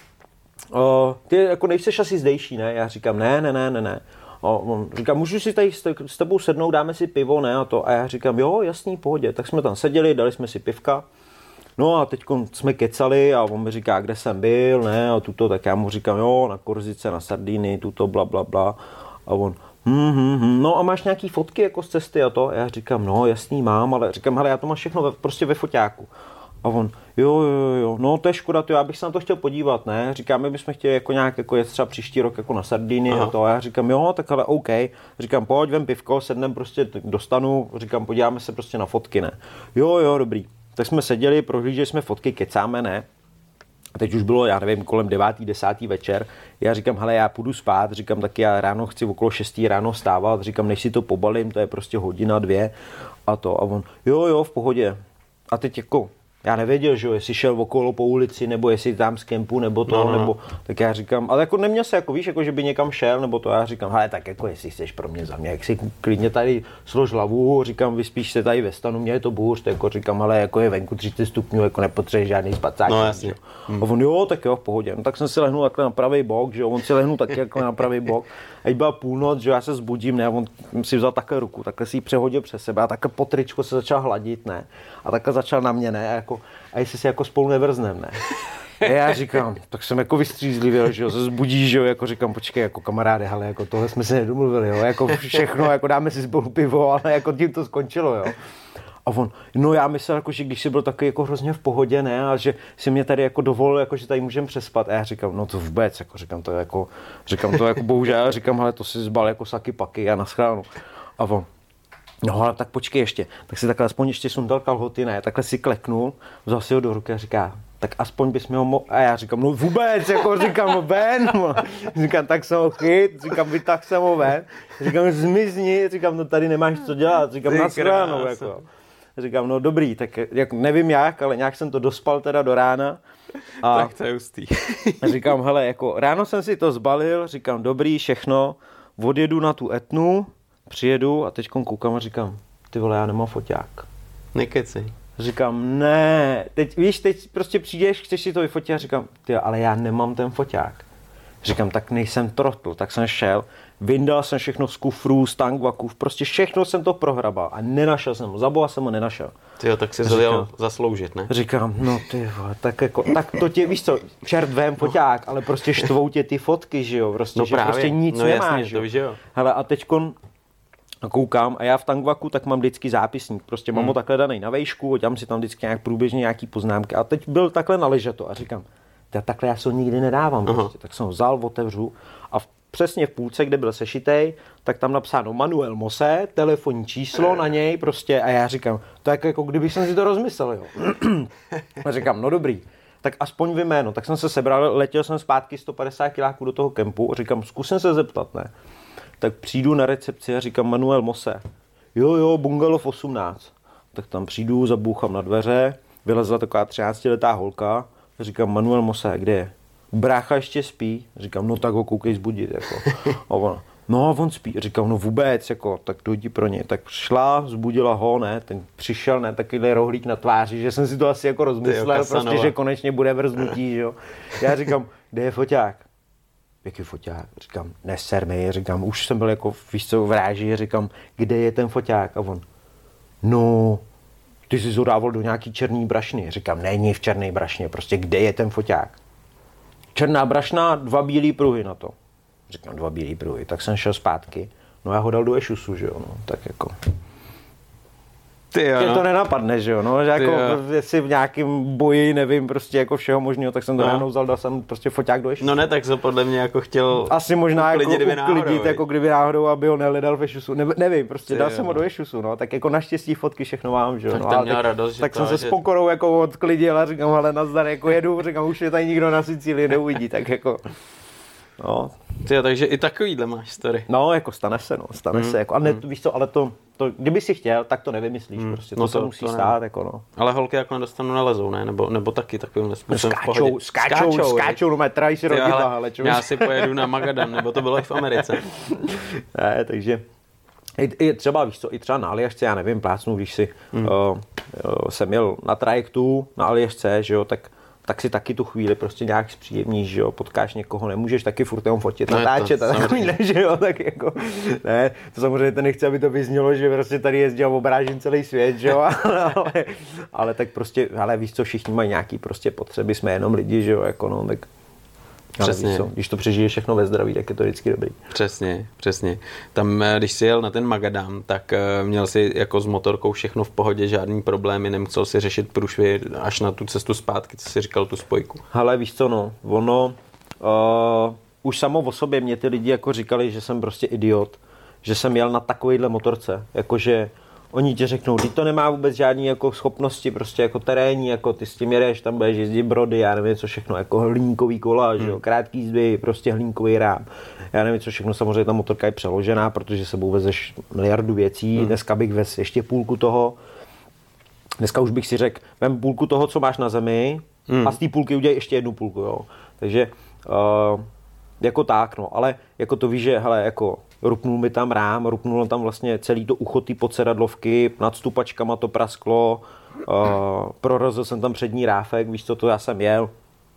o, ty jako nejseš asi zdejší, ne? Já říkám, ne, ne, ne, ne, ne. A on říká, můžu si tady s tebou sednout, dáme si pivo, ne? A, to. A já říkám, jo, jasný, pohodě. Tak jsme tam seděli, dali jsme si pivka. No a teď jsme kecali a on mi říká, kde jsem byl, ne? A tuto, tak já mu říkám, jo, na Korzice, na Sardinii, tuto, bla, bla, bla. A on, hm, hm, hm, no a máš nějaký fotky jako z cesty a to? A já říkám, no, jasný, mám, ale říkám, hele, já to mám všechno ve, prostě ve foťáku. A on, jo, jo, jo, no to je škoda, to já bych se na to chtěl podívat, ne? Říkám, my bychom chtěli jako nějak jako jet třeba příští rok jako na Sardinii a to. A já říkám, jo, tak ale OK. Říkám, pojď, vem pivko, sednem prostě dostanu, říkám, podíváme se prostě na fotky, ne? Jo, jo, dobrý. Tak jsme seděli, prohlíželi jsme fotky, kecáme, ne? A teď už bylo, já nevím, kolem devátý, desátý večer. Já říkám, hele, já půjdu spát, říkám, tak já ráno chci okolo šestý ráno vstávat, říkám, než si to pobalím, to je prostě hodina, dvě a to. A on, jo, jo, v pohodě. A teď jako, já nevěděl, že jo, jestli šel okolo po ulici, nebo jestli tam z kempu, nebo to, no, no. nebo, tak já říkám, ale jako neměl se, jako víš, jako že by někam šel, nebo to, já říkám, hele, tak jako jestli chceš pro mě za mě, jak si klidně tady slož hlavu, říkám, vyspíš se tady ve stanu, mě je to bůř, tak jako říkám, ale jako je venku třicet stupňů, jako nepotřebuješ žádný spacák. No jasně. Hmm. A on, jo, tak jo, v pohodě, no tak jsem si lehnul takhle na pravý bok, že jo, on si lehnul taky jako na pravý bok, ať byla půlnoc, že já se zbudím, ne, a on si vzal takhle ruku, takhle si ji přehodil přes sebe a takhle po tričko se začal hladit, ne, a takhle začal na mě, ne, a jako, a jestli si jako spolu nevrznem, ne. A já říkám, tak jsem jako vystřízlivě, že jo, se zbudí, že jo, jako říkám, počkej, jako kamaráde, ale jako tohle jsme se nedomluvili, jo, jako všechno, jako dáme si spolu pivo, ale jako tím to skončilo, jo. A on, no já myslel, jako, že když jsi byl taky jako hrozně v pohodě, ne, a že si mě tady jako dovolil, jako, že tady můžeme přespat. A já říkám, no to vůbec, jako, říkám to jako, říkám to jako bohužel, říkám, ale to si zbal jako saky paky a naschránu. A on, no ale tak počkej ještě, tak si takhle aspoň ještě sundal kalhoty, ne, takhle si kleknul, vzal si ho do ruky a říká, tak aspoň bys mi ho mohl, a já říkám, no vůbec, jako říkám, no ven, říkám, tak jsem ho chyt, říkám, vytah jsem ho ven, říkám, zmizni, říkám, no tady nemáš co dělat, říkám, naschránu, jako. Říkám, no dobrý, tak jak, nevím jak, ale nějak jsem to dospal teda do rána. A tak to je hustý. A říkám, hele, jako ráno jsem si to zbalil, říkám, dobrý, všechno, odjedu na tu Etnu, přijedu a teď koukám a říkám, ty vole, já nemám foťák. Nekeci. Říkám, ne, teď víš, teď prostě přijdeš, chceš si to vyfotit a říkám, ty, ale já nemám ten foťák. Říkám, tak nejsem trotl, tak jsem šel, vyndal jsem všechno z kufrů, z tankvaků, prostě všechno jsem to prohrabal a nenašel jsem ho, za boha jsem ho nenašel. Tyjo, tak si to jel zasloužit, ne? Říkám, no ty vole, tak jako, tak to tě, víš co, čert vem foťák, ale prostě štvou tě ty fotky, že jo, prostě, no že právě. prostě nic no nemáš, jasně, to víš, jo. Hele, a teďkon koukám a já v tankvaku tak mám vždycky zápisník, prostě mám hmm. ho takhle daný na vejšku, dělám si tam vždycky nějak průběžně nějaký poznámky a teď byl takhle na ležeto a říkám, takhle já se ho nikdy nedávám, prostě. Tak jsem ho vzal, otevřu a v, přesně v půlce, kde byl sešitej, tak tam napsáno Manuel Mose, telefonní číslo na něj prostě a já říkám, to je jako kdybych jsem si to rozmyslel, jo. A říkám, no dobrý, tak aspoň vy jméno, tak jsem se sebral, letěl jsem zpátky sto padesát kiláků do toho kempu a říkám, zkusím se zeptat, ne. Tak přijdu na recepci a říkám Manuel Mose, jo jo, Bungalov osmnáct, tak tam přijdu, zabouchám na dveře, vylezla taková třináctiletá holka, říkám, Manuel Mose, kde je? Brácha ještě spí? Říkám, no tak ho koukej zbudit, jako. A ona, no a on spí. Říkám, no vůbec, jako, tak dojdi pro něj. Tak šla, zbudila ho, ne, ten přišel, ne, takovýhle rohlík na tváři, že jsem si to asi jako rozmyslel, prostě, že konečně bude vrznutí, jo. Já říkám, kde je foťák? Jaký foťák? Říkám, neser mi, říkám, už jsem byl jako, víš co, v ráži, říkám, kde je ten foťák? A on, no, ty jsi ho dával do nějaký černý brašny. Říkám, není v černé brašně, prostě kde je ten foťák? Černá brašna, dva bílý pruhy na to. Říkám, dva bílý pruhy, tak jsem šel zpátky. No já ho dal do ešusu, že jo, no, tak jako. Ty jo, tě no. to nenapadne, že jo, no, že jako jestli v nějakém boji, nevím, prostě jako všeho možného, tak jsem to no. najednou vzal, dal jsem prostě foťák do ješusu. No ne, tak to podle mě jako chtěl asi možná jako uklidit, uklidit, jako kdyby náhodou, aby ho neledal v ješusu, ne, nevím, prostě Ty dal jo. jsem ho do ješusu, no, tak jako naštěstí fotky všechno mám, že jo, tak no, tam měl tak, radost, tak že jsem to, se že... s pokorou jako odklidil a říkám, ale nazdar, jako jedu, říkám, už je tady nikdo na Sicílii neuvidí, tak jako, no. Ty jo, takže i takovýhle máš story. No, jako stane se, no, stane mm, se, jako, a ne, mm. víš co, ale to, to, kdyby si chtěl, tak to nevymyslíš, mm, prostě, to, no to se musí to stát, jako no. Ale holky jako nedostanu nelezou, ne, nebo, nebo taky takovým způsobem v pohodě. Skáčou, skáčou, skáčou, no metrají si rodila, ale čo? Já si pojedu na Magadan, nebo to bylo i v Americe. Ne, takže, i, i třeba, víš co, i třeba na Aljašce, já nevím, plácnu, když si, mm. uh, uh, jsem jel na trajektu na Aljašce, že jo, tak tak si taky tu chvíli prostě nějak zpříjemníš, že jo, potkáš někoho, nemůžeš taky furt jenom fotit, natáčet a takovýhle, že jo, tak jako, ne, to samozřejmě to nechci, aby to vyznělo, že prostě tady jezdím a obrážím celý svět, že jo, ale, ale tak prostě, ale víš co, všichni mají nějaký prostě potřeby, jsme jenom lidi, že jo, jako no, tak přesně. Víš co, když to přežiješ všechno ve zdraví, tak je to vždycky dobrý. Přesně, přesně. Tam, když jsi jel na ten Magadan, tak měl jsi jako s motorkou všechno v pohodě, žádný problémy, nemusel si řešit průšvy až na tu cestu zpátky, co jsi říkal, tu spojku. Hele, víš co, no, ono, uh, už samo o sobě mě ty lidi jako říkali, že jsem prostě idiot, že jsem jel na takovejhle motorce, jakože oni ti řeknou, ty to nemá vůbec žádný jako schopnosti, prostě jako terénní, jako ty s tím jedeš, tam budeš jezdit brody, já nevím co všechno, jako hlínkový kola, hmm. že jo, krátký zdvih, prostě hlínkový rám. Já nevím co všechno, samozřejmě ta motorka je přeložená, protože sebou vezeš miliardu věcí, hmm. dneska bych vez ještě půlku toho. Dneska už bych si řekl, vem půlku toho, co máš na zemi hmm. a z té půlky udělej ještě jednu půlku, jo. Takže uh, jako tak, no, ale jako to víš, že hele, jako rupnul mi tam rám, rupnulo tam vlastně celý to ucho té podsedadlovky, nad stupačkama to prasklo, uh, prorazil jsem tam přední ráfek, víš co, to já jsem jel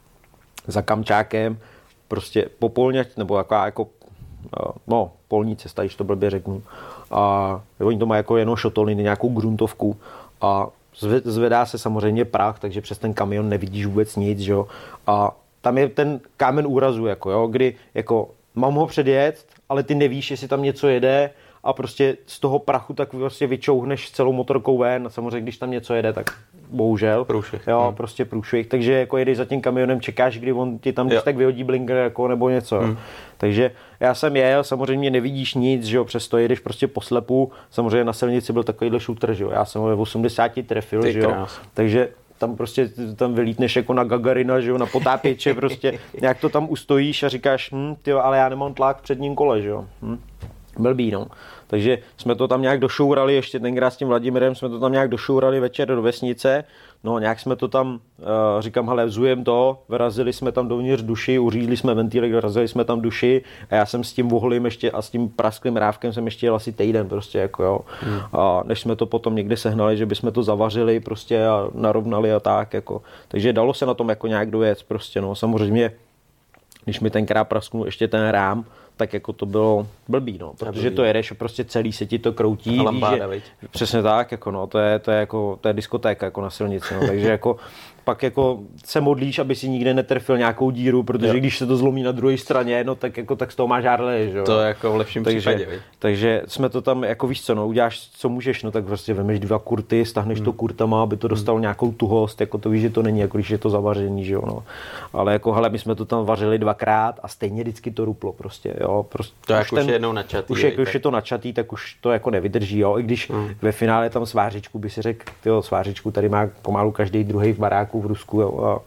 za Kamčákem, prostě po polňať, nebo jaká jako, uh, no, polní cesta, když to blbě řeknu. A oni to mají jako jenom šotoliny, nějakou gruntovku a zvedá se samozřejmě prach, takže přes ten kamion nevidíš vůbec nic, že jo. A tam je ten kámen úrazu, jako jo, kdy jako mám ho předjet, ale ty nevíš, jestli tam něco jede a prostě z toho prachu tak prostě vyčouhneš celou motorkou ven a samozřejmě, když tam něco jede, tak bohužel. Průšvih. Jo, hmm. prostě průšvih, takže jako jedeš za tím kamionem, čekáš, kdy on ti tam tak vyhodí blinker jako nebo něco. Hmm. Takže já jsem jel, samozřejmě nevidíš nic, že jo, přesto jedeš prostě po slepu, samozřejmě na silnici byl takovýhle shooter, že jo, já jsem ho ve osmdesáti trefil, ty že jo, krás. Takže tam prostě tam vylítneš jako na Gagarina, že jo, na potápěče, prostě nějak to tam ustojíš a říkáš, hm, tyjo, ale já nemám tlak v předním kole, že jo. Hm. Blbý, no. Takže jsme to tam nějak došourali, ještě tenkrát s tím Vladimirem jsme to tam nějak došourali večer do vesnice, no nějak jsme to tam, uh, říkám, hele, vzujem to, vyrazili jsme tam dovnitř duši, uřídli jsme ventýlek, vyrazili jsme tam duši a já jsem s tím vohlým ještě a s tím prasklým rávkem jsem ještě jel asi týden, prostě jako jo. Hmm. A než jsme to potom někde sehnali, že bychom to zavařili prostě a narovnali a tak, jako. Takže dalo se na tom jako nějak dojet, prostě, no, samozřejmě, když mi tenkrát prasknul ještě ten rám, tak jako to bylo blbý, no, protože to jedeš a prostě celý se ti to kroutí, víš, že, přesně tak, jako no, to je, to je jako, to je diskotéka jako na silnici, no, takže jako pak jako se modlíš, aby si nikde netrefil nějakou díru, protože jo. Když se to zlomí na druhé straně, no tak jako tak z toho máš žárle, že jo. To je jako v lepším takže, případě, takže jsme to tam, jako víš co, no, uděláš, co můžeš, no tak prostě vemeš dva kurty, stáhneš hmm. to kurtama, aby to dostalo hmm. nějakou tuhost, jako to víš, že to není, jako když je to zavařený, že jo, no. Ale jako, hele, my jsme to tam vařili dvakrát a stejně vždycky to ruplo prostě, jo. Prostě, to už, ten, už je jednou načatý. Už, jak, už je to načatý, tak už to jako nevydrží, jo. I když hmm. ve finále tam svářičku by si řekl, tyjo, svářičku tady má pomalu každý druhý v baráku v Rusku, jo. A,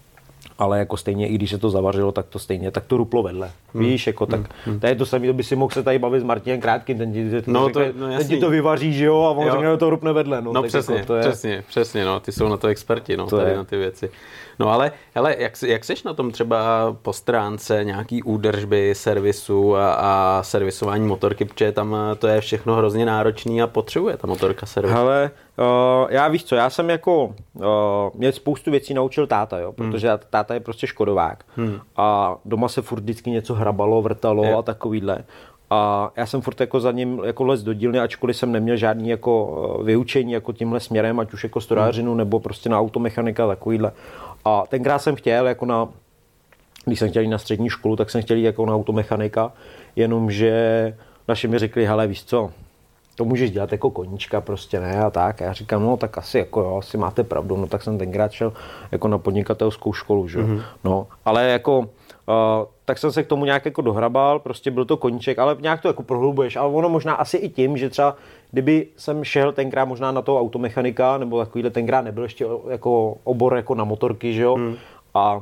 ale jako stejně, i když se to zavařilo, tak to stejně, tak to ruplo vedle. Hmm. Víš, jako tak, hmm. to je to samé, to by si mohl se tady bavit s Martinem Krátkým, ten ti to, no, řekne, to, no, ten ti to vyvaří, že jo, a on řekne, že to rupne vedle. No, no tak přesně, jako to je... přesně, přesně, no, ty jsou na to experti, no, to tady je. na ty věci. No ale, hele, jak, jak seš na tom třeba po stránce nějaký údržby, servisu a, a servisování motorky, protože tam to je všechno hrozně náročný a potřebuje ta motorka servis. Hele, uh, já víš co, já jsem jako, uh, mě spoustu věcí naučil táta, jo, protože hmm. táta je prostě škodovák hmm. a doma se furt vždycky něco hrabalo, vrtalo je. A takovýhle. A já jsem furt jako za ním jako les do dílny, ačkoliv jsem neměl žádný jako vyučení jako tímhle směrem, ať už jako strojařinu hmm. nebo prostě na automechanika takovýhle. A tenkrát jsem chtěl jako na, když jsem chtěl jít na střední školu, tak jsem chtěl jít jako na automechanika, jenomže naši mi řekli, hele, víš co, to můžeš dělat jako koníčka prostě, ne, a tak. A já říkám, no tak asi jako jo, asi máte pravdu, no tak jsem tenkrát šel jako na podnikatelskou školu, že mm-hmm. no, ale jako, uh, tak jsem se k tomu nějak jako dohrabal, prostě byl to koníček, ale nějak to jako prohlubuješ, ale ono možná asi i tím, že třeba kdyby jsem šel tenkrát možná na toho automechanika, nebo takovýhle tenkrát nebyl ještě jako obor jako na motorky, že jo, mm. a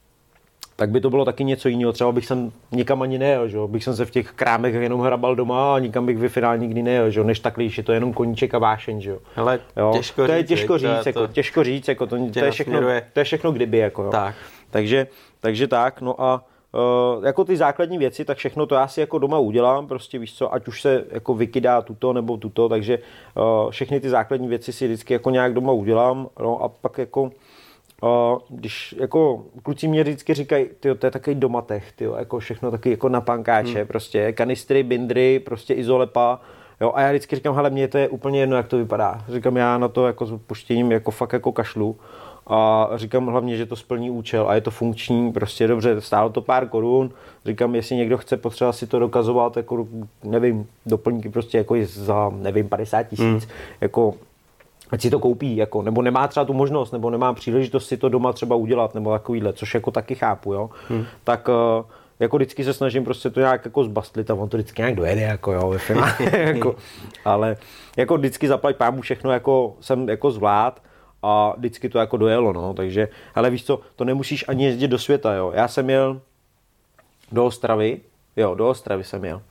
tak by to bylo taky něco jiného. Třeba bych jsem nikam ani nejel, že jo? Bych jsem se v těch krámech jenom hrabal doma a nikam bych ve finále nikdy nejel, že jo? Než takhle, je to jenom koníček a vášeň, že jo? Hele, jo? těžko to je říct, těžko říct, to, jako, to, těžko říct, jako to, to, je všechno, to je všechno kdyby, jako jo. Tak. Takže, takže tak, no a uh, jako ty základní věci, tak všechno to já si jako doma udělám, prostě víš co, ať už se jako vykydá tuto nebo tuto, takže uh, všechny ty základní věci si vždycky jako nějak doma udělám, no a pak jako Uh, když jako kluci mě vždycky říkají, tyjo, to je takový domatech, tyjo, jako všechno taky jako na pankáče, hmm. prostě kanistry, bindry, prostě izolepa, jo, a já vždycky říkám, hele, mně to je úplně jedno, jak to vypadá. Říkám, já na to jako s puštěním jako fakt jako kašlu a říkám hlavně, že to splní účel a je to funkční, prostě dobře, stálo to pár korun, říkám, jestli někdo chce potřeba si to dokazovat, jako nevím, doplňky prostě jako za, nevím, padesát tisíc, hmm. jako ať si to koupí, jako, nebo nemá třeba tu možnost, nebo nemá příležitost si to doma třeba udělat, nebo takovýhle, což jako taky chápu, jo, hmm. tak jako vždycky se snažím prostě to nějak jako zbastlit a on to vždycky nějak dojede, jako jo, ve finále, jako, ale jako vždycky zaplať pámu všechno, jako jsem jako zvlád a vždycky to jako dojelo, no, takže, ale víš co, to nemusíš ani jezdit do světa, jo, já jsem jel do Ostravy, jo, do Ostravy jsem jel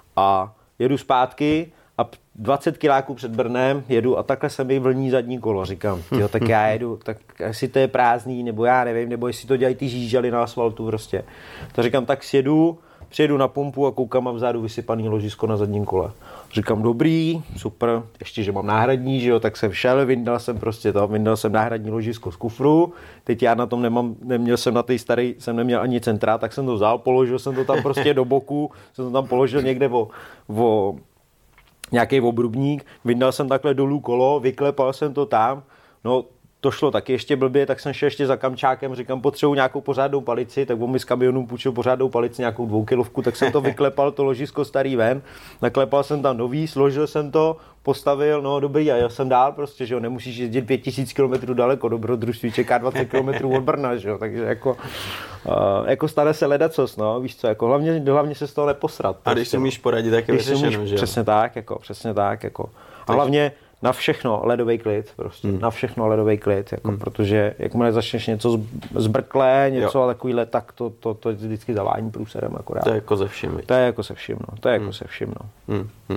a jedu zpátky a dvacet kiláků před Brnem jedu a takhle se mi vlní zadní kolo. Říkám, jo, tak já jedu, tak jestli to je prázdný, nebo já nevím, nebo jestli to dělají ty žížaly na asfaltu prostě. To říkám, tak sjedu, přijedu na pumpu a koukám a vzadu vysypaný ložisko na zadním kole. Říkám, dobrý, super, ještě, že mám náhradní, že jo, tak jsem šel, vyndal jsem prostě to, vyndal jsem náhradní ložisko z kufru, teď já na tom nemám, neměl jsem na té staré, jsem neměl ani centra, tak jsem to vzal, položil jsem to tam prostě do boku, jsem to tam položil někde o, o nějaký obrubník, vyndal jsem takhle dolů kolo, vyklepal jsem to tam, no to šlo taky ještě blbě, tak jsem šel ještě za kamčákem, říkám, potřebuji nějakou pořádnou palici, tak on mi z kamionu půjčil pořádnou palici, nějakou dvoukilovku, tak jsem to vyklepal, to ložisko starý ven, naklepal jsem tam nový, složil jsem to, postavil, no dobrý, a jel jsem dál prostě, že jo, nemusíš jezdit pět tisíc kilometrů daleko, dobrodružství čeká dvacet kilometrů od Brna, že jo, takže jako, uh, jako stane se ledacos, no, víš co, jako hlavně, hlavně se z toho neposrat. Prostě, a když si umíš poradit, tak je vyřešeno, že jo. Přesně tak, jako, přesně tak, jako. A hlavně na všechno ledový klid, prostě, hmm. na všechno ledový klid, jako, hmm. protože jakmile začneš něco zbrklé, něco jo. takovýhle, tak to, to, to je vždycky zavání průserem akorát. To je jako se vším. To je jako se vším, no, to je hmm. jako se vším, no. Hmm. Hmm.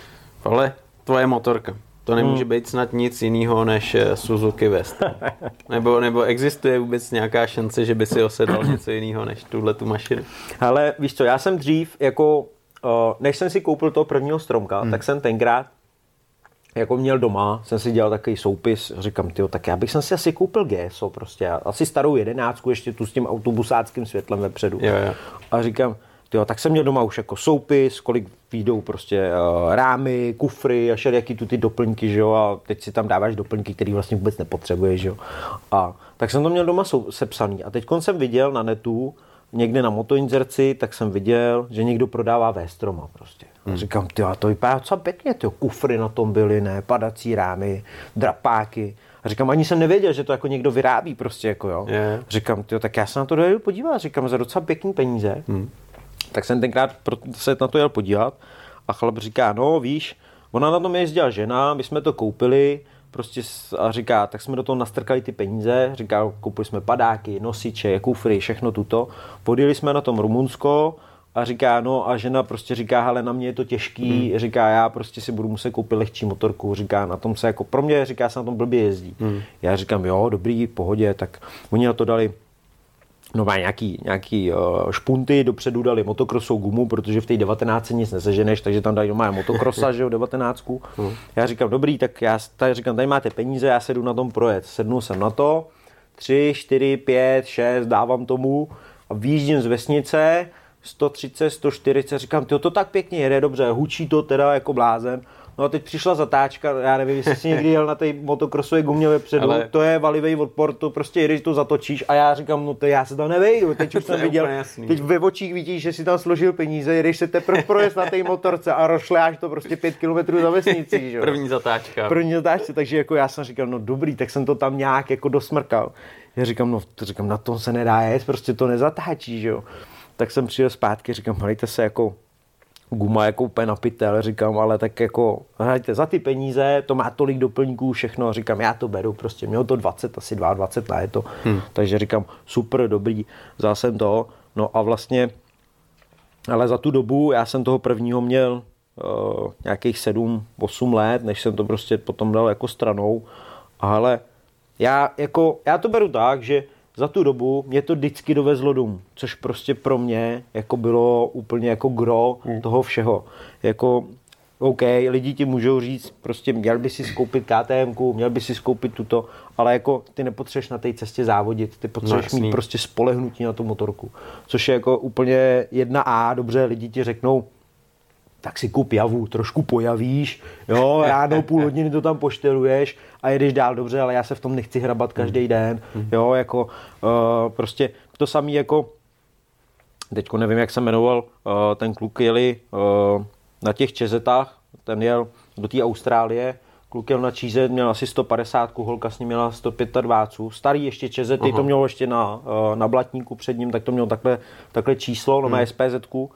Ale tvoje motorka, to nemůže hmm. být snad nic jiného než Suzuki Vesta. Nebo, nebo existuje vůbec nějaká šance, že by si osedal něco jiného než tuhle tu mašinu? Ale víš co, já jsem dřív, jako, uh, než jsem si koupil toho prvního stromka, hmm. tak jsem tenkrát jako měl doma, jsem si dělal takový soupis, říkám, tyjo, tak já bych jsem si asi koupil G S O prostě, asi starou jedenáctku, ještě tu s tím autobusáckým světlem vepředu. Jo, jo. A říkám, tyjo, tak jsem měl doma už jako soupis, kolik výjdou prostě uh, rámy, kufry a všelijaký tu ty doplňky, že jo, a teď si tam dáváš doplňky, který vlastně vůbec nepotřebuješ, že jo. A tak jsem to měl doma sepsaný a teď jsem viděl na netu, někde na motoinzerci, tak jsem viděl, že někdo prodává V-stroma prostě. A hmm. říkám, tyjo, to vypadá docela pěkně, tyjo, kufry na tom byly, ne, padací rámy, drapáky. A říkám, ani jsem nevěděl, že to jako někdo vyrábí prostě, jako jo. Yeah. Říkám, tyjo, tak já se na to dojedu podívat, říkám, za docela pěkný peníze. Hmm. Tak jsem tenkrát se na to jel podívat a chlap říká, no víš, ona na tom jezdila žena, my jsme to koupili, prostě a říká, tak jsme do toho nastrkali ty peníze, říká, koupili jsme padáky, nosiče, kufry, všechno tuto, podjeli jsme na tom Rumunsko a říká, no a žena prostě říká, hele, na mě je to těžký, hmm. říká, já prostě si budu muset koupit lehčí motorku, říká, na tom se jako, pro mě, říká, se na tom blbě jezdí. Hmm. Já říkám, jo, dobrý, pohodě, tak oni na to dali no má nějaký, nějaký uh, špunty, dopředu dali motokrosovou gumu, protože v té devatenáctce nic neseženeš, takže tam dali doma motokrosa, že jo, devatenáctku. Hmm. Já říkám, dobrý, tak já tady říkám, tady máte peníze, já sedu na tom projet. Sednu jsem na to, tři, čtyři, pět, šest, dávám tomu a výjíždím z vesnice, sto třicet, sto čtyřicet, říkám, tyjo, to tak pěkně jede, dobře, hučí to teda jako blázen. No a teď přišla zatáčka, já nevím, jestli jsi někdy jel na té motokrosové gumě vepředu, ale... to je valivý odpor, to prostě jedeš, to zatočíš a já říkám, no to já se tam nevejdu, teď už jsem viděl, teď ve očích vidíš, že si tam složil peníze, jedeš se teprve projezd na té motorce a rošleáš to prostě pět kilometrů za vesnicí, že jo. První zatáčka. První zatáčka, takže jako já jsem říkal, no dobrý, tak jsem to tam nějak jako dosmrkal. Já říkám, no to říkám, na tom se nedá jet, prostě to nezatáčí, že jo. Tak jsem přijel zpátky, říkám, hlejte se jako guma jako úplně na pytel, říkám, ale tak jako, hlejte, za ty peníze, to má tolik doplňků, všechno, říkám, já to beru, prostě mělo to dvacet, asi dvacet dva na je to, hmm. takže říkám, super, dobrý, vzal jsem to, no a vlastně, ale za tu dobu, já jsem toho prvního měl uh, nějakých sedm osm let, než jsem to prostě potom dal jako stranou, ale já, jako, já to beru tak, že za tu dobu mě to vždycky dovezlo domů, což prostě pro mě jako bylo úplně jako gro hmm. toho všeho. Jako, OK, lidi ti můžou říct, prostě měl by si skoupit KTMku, měl by si skoupit tuto, ale jako ty nepotřebuješ na té cestě závodit, ty potřebuješ no, mít prostě spolehnutí na tu motorku, což je jako úplně jedna A, dobře, lidi ti řeknou, tak si kup javu, trošku pojavíš, jo, ráno půl hodiny to tam pošteluješ a jedeš dál, dobře, ale já se v tom nechci hrabat každý den, jo, jako uh, prostě to samý jako, teďko nevím, jak se jmenoval, uh, ten kluk jeli uh, na těch čezetách, ten jel do té Austrálie, kluk jel na číze, měl asi sto padesát, holka s ním měla sto dvacet pět, starý ještě čezety, uh-huh. to mělo ještě na, uh, na blatníku před ním, tak to mělo takhle, takhle číslo, no má hmm. SPZku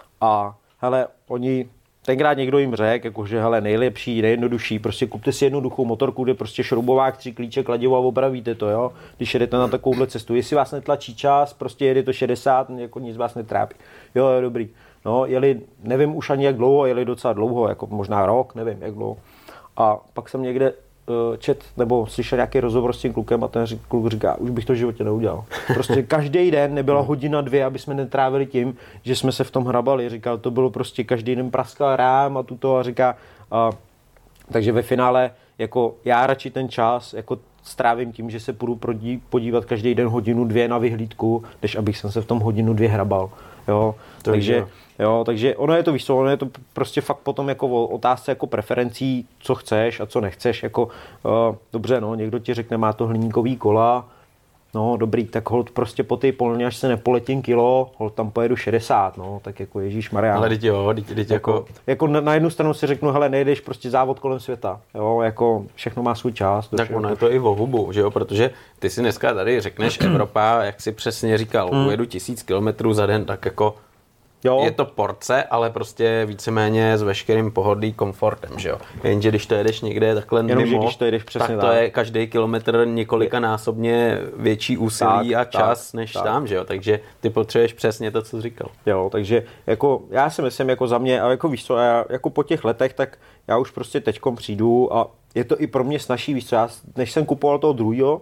a hele, oni, tenkrát někdo jim řekl, jakože hele, nejlepší, nejjednodušší, prostě kupte si jednoduchou motorku, kde prostě šroubovák, tři klíče, kladivo a opravíte to, jo, když jedete na takovouhle cestu. Jestli vás netlačí čas, prostě jede to šedesát, jako nic vás netrápí. Jo, jo, dobrý. No, jeli, nevím už ani jak dlouho, jeli docela dlouho, jako možná rok, nevím jak dlouho. A pak jsem někde uh, čet, nebo slyšel nějaký rozhovor s tím klukem a ten kluk říká, už bych to v životě neudělal. Prostě každý den nebyla hodina, dvě, aby jsme netrávili tím, že jsme se v tom hrabali. Říkal, to bylo prostě každý den praskal rám a tuto a říká, uh, takže ve finále jako já radši ten čas jako strávím tím, že se půjdu podívat každý den hodinu, dvě na vyhlídku, než abych jsem se v tom hodinu, dvě hrabal. Jo, to takže, jo. jo, takže ono je to, víš co, ono je to prostě fakt potom jako o otázce jako preferencí, co chceš a co nechceš, jako uh, dobře, no, někdo ti řekne, má to hliníkový kola, no, dobrý, tak holt prostě po té polně, až se nepoletím kilo, holt tam pojedu šedesát, no, tak jako ježíšmarja. Ale teď jo, teď, teď jako... jako... Jako na, na jednu stranu si řeknu, hele, nejdeš prostě závod kolem světa, jo, jako všechno má svůj čas. Tak ono je to i o hubu, že jo, protože ty si dneska tady řekneš Evropa, jak si přesně říkal, mm. ujedu tisíc kilometrů za den, tak jako jo. Je to porce, ale prostě víceméně s veškerým pohodlí, komfortem, že jo. Jenže když to jedeš někde takhle jenom, mimo, když to jedeš přesně tak to tak. Je každý kilometr několikanásobně větší úsilí tak, a čas tak, než tak. Tam, že jo. Takže ty potřebuješ přesně to, co jsi říkal. Jo, takže jako já si myslím jako za mě, a jako víš co, já jako po těch letech, tak já už prostě teďkom přijdu a je to i pro mě snažší, víš co, já, než jsem kupoval toho druhýho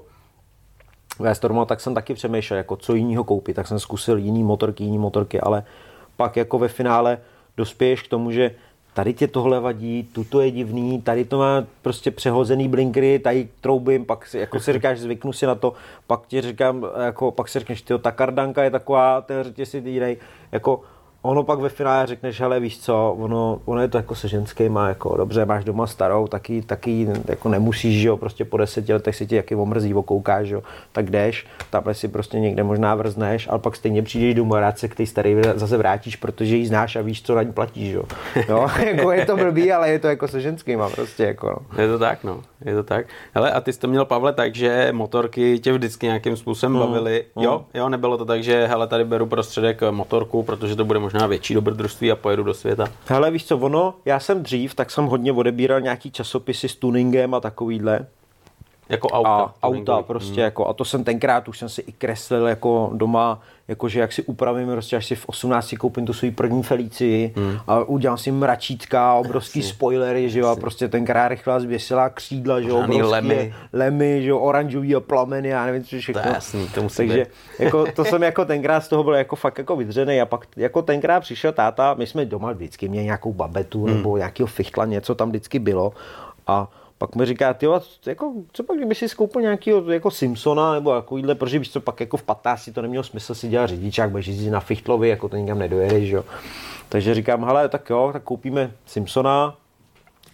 Vestorma, tak jsem taky přemýšlel, jako co jinýho koupit, tak jsem zkusil jiný motorky, jiný motorky, ale pak jako ve finále dospěješ k tomu, že tady tě tohle vadí, tuto je divný, tady to má prostě přehozený blinkry, tady troubím, pak si, jako si říkáš, zvyknu si na to, pak ti říkám, jako, pak si řekneš, tyjo, ta kardanka je taková, ten řetě si jiný, jako ono pak ve finále řekneš, hele, víš co, ono, ono je to jako se ženskýma, jako dobře, máš doma starou, taky, taky jako nemusíš, že jo, prostě po deseti letech si ti jaký omrzí, okoukáš, že jo, tak jdeš, tamhle si prostě někde možná vrzneš, ale pak stejně přijdeš domů a rád se k té staré zase vrátíš, protože ji znáš a víš, co na ní platíš, že jo. Jo, jako je to blbý, ale je to jako se ženskýma prostě, jako no. Je to tak, no, je to tak. Hele, a ty jsi to měl, Pavle, tak, že motorky tě vždycky nějakým způsobem bavily, mm, jo, jo, nebylo to tak, že hele, tady beru prostředek motorku, protože to bude možná větší dobrodružství a pojedu do světa. Hele, víš co, ono, já jsem dřív, tak jsem hodně odebíral nějaký časopisy s tuningem a takovýhle. Jako auta. A auta prostě hmm. jako, a to jsem tenkrát, už jsem si i kreslil jako doma, jakože jak si upravím, prostě až si v osmnácti koupím tu svůj první Felici hmm. a udělám si mračítka, obrovský Asi. spoilery, že jo, a prostě tenkrát rychlá zvěsila křídla, že jo, obrovský lemy. lemy, že jo, oranžový a plameny, já nevím, co všechno. To je jasný, to musí Takže jako, to jsem jako tenkrát z toho byl jako fakt jako vydřený a pak jako tenkrát přišel táta, my jsme doma vždycky měli nějakou babetu hmm. nebo nějakého fichtla, něco tam vždycky bylo a pak mi říká, tyjo, jako, co pak, kdyby si skoupil nějakého jako Simpsona nebo takovýhle, protože víš co, pak jako v patnácti to nemělo smysl si dělat řidičák, budeš jezdit na Fichtlovi, jako to nikam nedojedeš, jo. Takže říkám, hele, tak jo, tak koupíme Simpsona,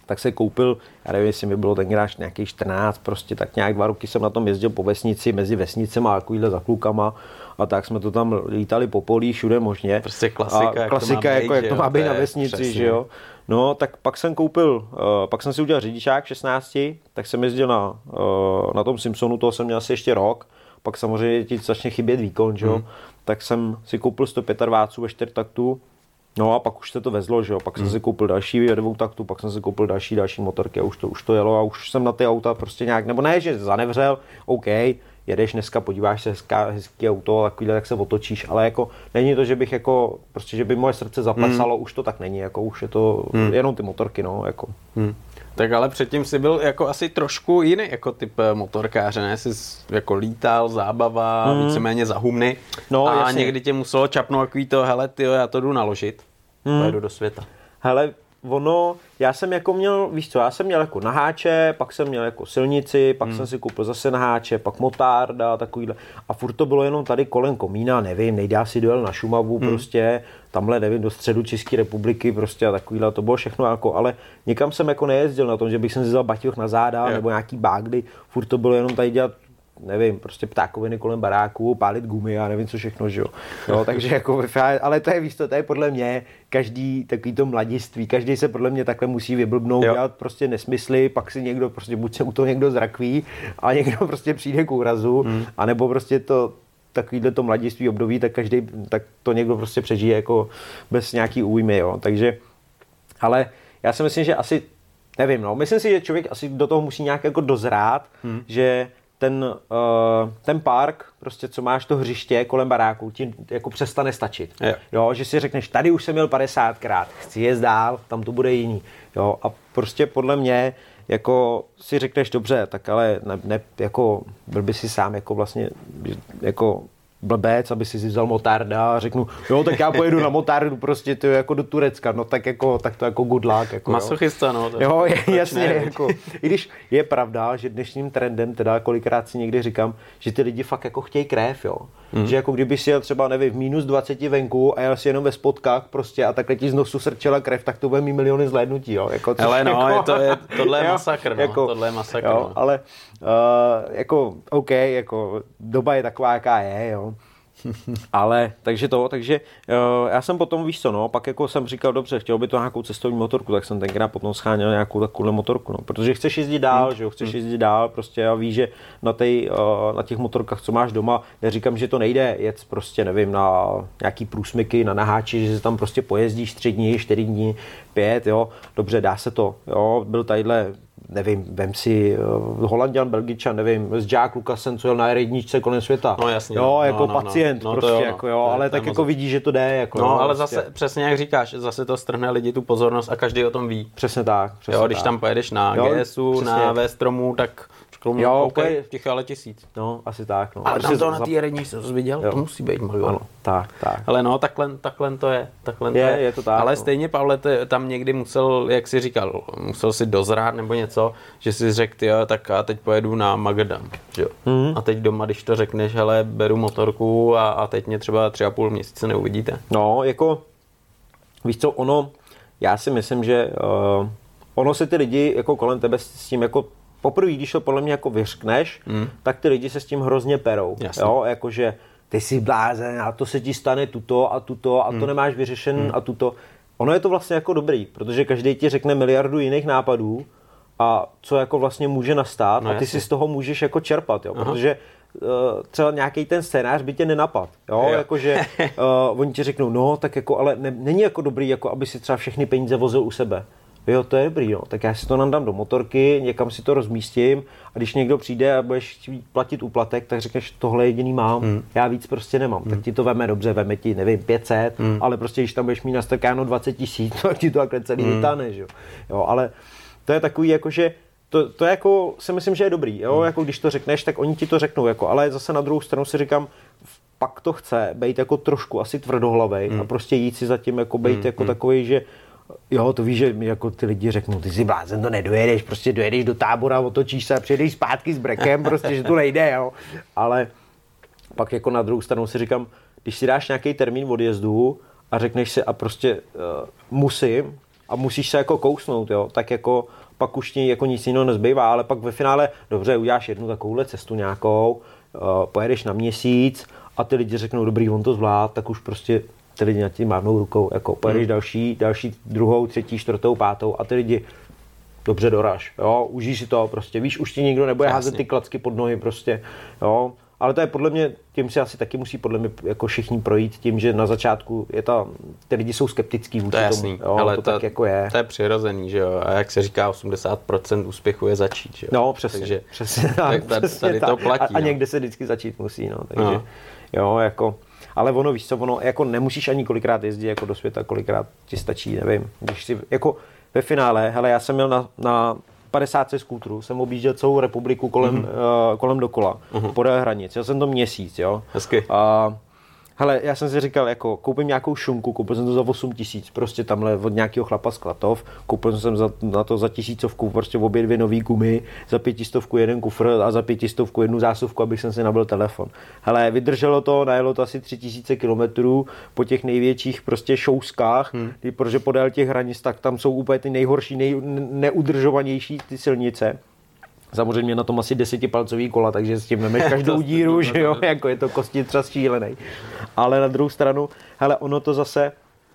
tak se koupil, já nevím, jestli mi bylo tenkrát nějaký čtrnáct, prostě tak nějak dva roky jsem na tom jezdil po vesnici, mezi vesnicema a takovýhle za klukama a tak jsme to tam lítali po polí, všude možně. Prostě klasika, a klasika jak to má být, jako, jak to má být na vesnici, přesně. že jo. No, tak pak jsem koupil, uh, pak jsem si udělal řidičák šestnácti, tak jsem jezdil na, uh, na tom Simpsonu, toho jsem měl asi ještě rok, pak samozřejmě ti začne chybět výkon, že jo. Hmm. Tak jsem si koupil sto dvacet pět ve čtyřtaktu. No a pak už se to vezlo, že jo, pak jsem hmm. si koupil další ve dvou taktu, pak jsem si koupil další, další motorky a už to, už to jelo a už jsem na ty auta prostě nějak, nebo ne, že zanevřel, OK, jedeš dneska, podíváš se, hezká, hezký auto, takovýhle, tak se otočíš, ale jako není to, že bych jako, prostě, že by moje srdce zaplesalo, hmm. už to tak není, jako už je to hmm. jenom ty motorky, no, jako. Hmm. Tak ale předtím jsi byl jako asi trošku jiný jako typ motorkáře, ne? Jsi jako lítal, zábava, hmm. víceméně za humny no, a jasně. někdy tě muselo čapnout takový to, hele tyjo, já to jdu naložit, hmm. pojedu do světa. Hele, ono, já jsem jako měl, víš co, já jsem měl jako naháče, pak jsem měl jako silnici, pak hmm. jsem si koupil zase naháče, pak motárda, takovýhle. A furt to bylo jenom tady kolem komína, nevím, nejde asi dojel na Šumavu hmm. prostě, tamhle, nevím, do středu České republiky prostě a takovýhle, to bylo všechno jako, ale nikam jsem jako nejezdil na tom, že bych jsem si vzal baťoch na záda, yeah. nebo nějaký bágdy, furt to bylo jenom tady dělat, nevím, prostě ptákoviny kolem baráku, pálit gumy, já nevím co všechno, že jo. jo takže jako, ale to je, víš to, to je podle mě každý takový to mladiství, každý se podle mě takhle musí vyblbnout, jo. dělat prostě nesmysly, pak si někdo prostě, buď se u toho někdo zrakví a někdo prostě přijde k úrazu, hmm. anebo prostě to takovýhle to mladiství období, tak každý, tak to někdo prostě přežije jako bez nějaký újmy, jo. Takže, ale já si myslím, že asi, nevím, no, myslím si, že člověk asi do toho musí nějak jako dozrát, hmm. že ten, uh, ten park, prostě co máš to hřiště kolem baráku, ti jako přestane stačit. Je. Jo, že si řekneš, tady už jsem měl padesátkrát, chci jet dál, tam to bude jiný. Jo, a prostě podle mě jako si řekneš, dobře, tak ale ne, ne, jako byl by si sám jako vlastně jako blbec, aby si vzal motárda a řeknu, jo, tak já pojedu na motárdu prostě to jako do Turecka, no tak jako, tak to jako good luck. Jako, masochista, no. To jo, je, jasně, jako, i když je pravda, že dnešním trendem, teda kolikrát si někdy říkám, že ty lidi fakt jako chtějí krev, jo. Hmm. Že jako kdyby si jel třeba, nevím, v minus dvacet venku a jel si jenom ve spotkách prostě a takhle ti z nosu srčela krev, tak to bude mít miliony zhlédnutí, jo. Jako, hele, no, jako, je to, je, tohle je jo, masakr, no, jako, tohle je masakr, jo, no. ale uh, jako, OK, jako doba je taková, jaká je, jo. Ale, takže to, takže uh, já jsem potom, víš co, no, pak jako jsem říkal, dobře, chtěl by to nějakou cestovní motorku, tak jsem tenkrát potom scháněl nějakou takovou motorku, no, protože chceš jezdit dál, hmm. že jo, chceš jezdit dál, prostě a víš, že na, tej, uh, na těch motorkách, co máš doma, neříkám, že to nejde jet prostě, nevím, na nějaký průsmyky, na naháči, že se tam prostě pojezdíš tři dny, čtyři dny, pět, jo, dobře, dá se to, jo, byl tadyhle, nevím, vem si uh, Holanďan, Belgičan, nevím, s Jack Lucasem, co jel na R jedna kolem světa. No jasně. Jo, no, jako no, pacient, no, no, prostě, jo, jako jo, to, ale to tak jako vidí, že to jde, jako no, jo, ale prostě. zase, přesně jak říkáš, zase to strhne lidi tu pozornost a každý o tom ví. Přesně tak, přesně jo, když tak. tam pojedeš na jo, G S U, přesně. Na V-stromu, tak školmu, jo, OK, ticho, ale tisíc. No, asi tak, no. Ale prostě tam to za... na té R jedna jsi to viděl, jo. To musí být milion. Ano, tak, tak. Ale no, takhle, takhle to je, takhle je, to je. je to tak, ale no. stejně, Pavle, ty, tam někdy musel, jak jsi říkal, musel si dozrát nebo něco, že si řekl, jo, tak a teď pojedu na Magadan, že jo. Mm-hmm. A teď doma, když to řekneš, hele, beru motorku a, a teď mě třeba tři a půl měsíce neuvidíte. No, jako, víš co, ono, já si myslím, že uh, ono se ty lidi jako kolem tebe s tím jako poprvé, když to podle mě jako vyřkneš, mm. tak ty lidi se s tím hrozně perou. Jasně. Jo, jakože ty jsi blázen a to se ti stane tuto a tuto a mm. to nemáš vyřešen mm. a tuto. Ono je to vlastně jako dobrý, protože každý ti řekne miliardu jiných nápadů a co jako vlastně může nastat no, a ty jasně. si z toho můžeš jako čerpat, jo, protože uh, třeba nějaký ten scénář by tě nenapad, jo, jo. jakože uh, oni ti řeknou, no tak jako, ale ne, není jako dobrý, jako aby si třeba všechny peníze vozil u sebe. Jo, to je dobrý, no. Tak já si to nadám do motorky, někam si to rozmístím a když někdo přijde a budeš platit úplatek, tak řekneš, tohle jediný mám, hmm. já víc prostě nemám. Hmm. Tak ti to veme dobře, veme ti, nevím, pět set, hmm. ale prostě když tam budeš mít nastrkáno dvacet tisíc, tak ti to takhle celý hmm. vytáhneš, jo. Jo, ale to je takový, jakože, to, to jako si myslím, že je dobrý, jo, hmm. jako když to řekneš, tak oni ti to řeknou, jako, ale zase na druhou stranu si říkám, pak to chce být jako trošku asi tvrdohlavej hmm. a prostě jít si zatím jako být hmm. jako takový, že jo, to víš, že mi jako ty lidi řeknou, ty si blázen, to nedojedeš, prostě dojedeš do Tábora, otočíš se a přijedeš zpátky s brekem, prostě, že to nejde, jo. Ale pak jako na druhou stranu si říkám, když si dáš nějaký termín odjezdu a řekneš si a prostě uh, musím, a musíš se jako kousnout, jo, tak jako pak už ti jako nic jiného nezbývá, ale pak ve finále, dobře, uděláš jednu takovouhle cestu nějakou, uh, pojedeš na měsíc a ty lidi řeknou, dobrý, on to zvlád, tak už prostě ty lidi nad tím mávnou rukou, jako pojedeš hmm. další, další, druhou, třetí, čtvrtou, pátou a ty lidi dobře doraž, jo, užij si to, prostě víš, už ti nikdo nebude házet ty klacky pod nohy, prostě, jo, ale to je podle mě, tím si asi taky musí podle mě jako všichni projít tím, že na začátku je ta, ty lidi jsou skeptický vůči to tomu, jo, ale to, to tak jako je. To je přirozený, že jo, a jak se říká, osmdesát procent úspěchu je začít, že jo. No, přesně, takže, přesně tak, tak, přesně tady to platí. A, a no. někde se vždycky začít musí, no, takže, no. jo, jako, ale ono, víš co, ono, jako nemusíš ani kolikrát jezdit jako do světa, kolikrát ti stačí, nevím, když si, jako ve finále, hele, já jsem měl na, na padesát skútrů, jsem objížděl celou republiku kolem, mm-hmm. uh, kolem dokola, mm-hmm. podél hranic, já jsem to měsíc, jo. Hezky. Uh, hele, já jsem si říkal, jako koupím nějakou šunku, koupil jsem to za osm tisíc, prostě tamhle od nějakého chlapa z Klatov, koupil jsem za, na to za tisícovku prostě obě dvě nový gumy, za pětistovku jeden kufr a za pětistovku jednu zásuvku, abych jsem si nabil telefon. Hele, vydrželo to, najelo to asi tři tisíce kilometrů po těch největších prostě šouskách, hmm. protože podél těch hranic, tak tam jsou úplně ty nejhorší, nej, neudržovanější ty silnice. Samozřejmě na tom asi desetipalcový kola, takže s tím vemeš každou díru, že jo, jako je to kosti třas šílenej. Ale na druhou stranu, hele, ono to zase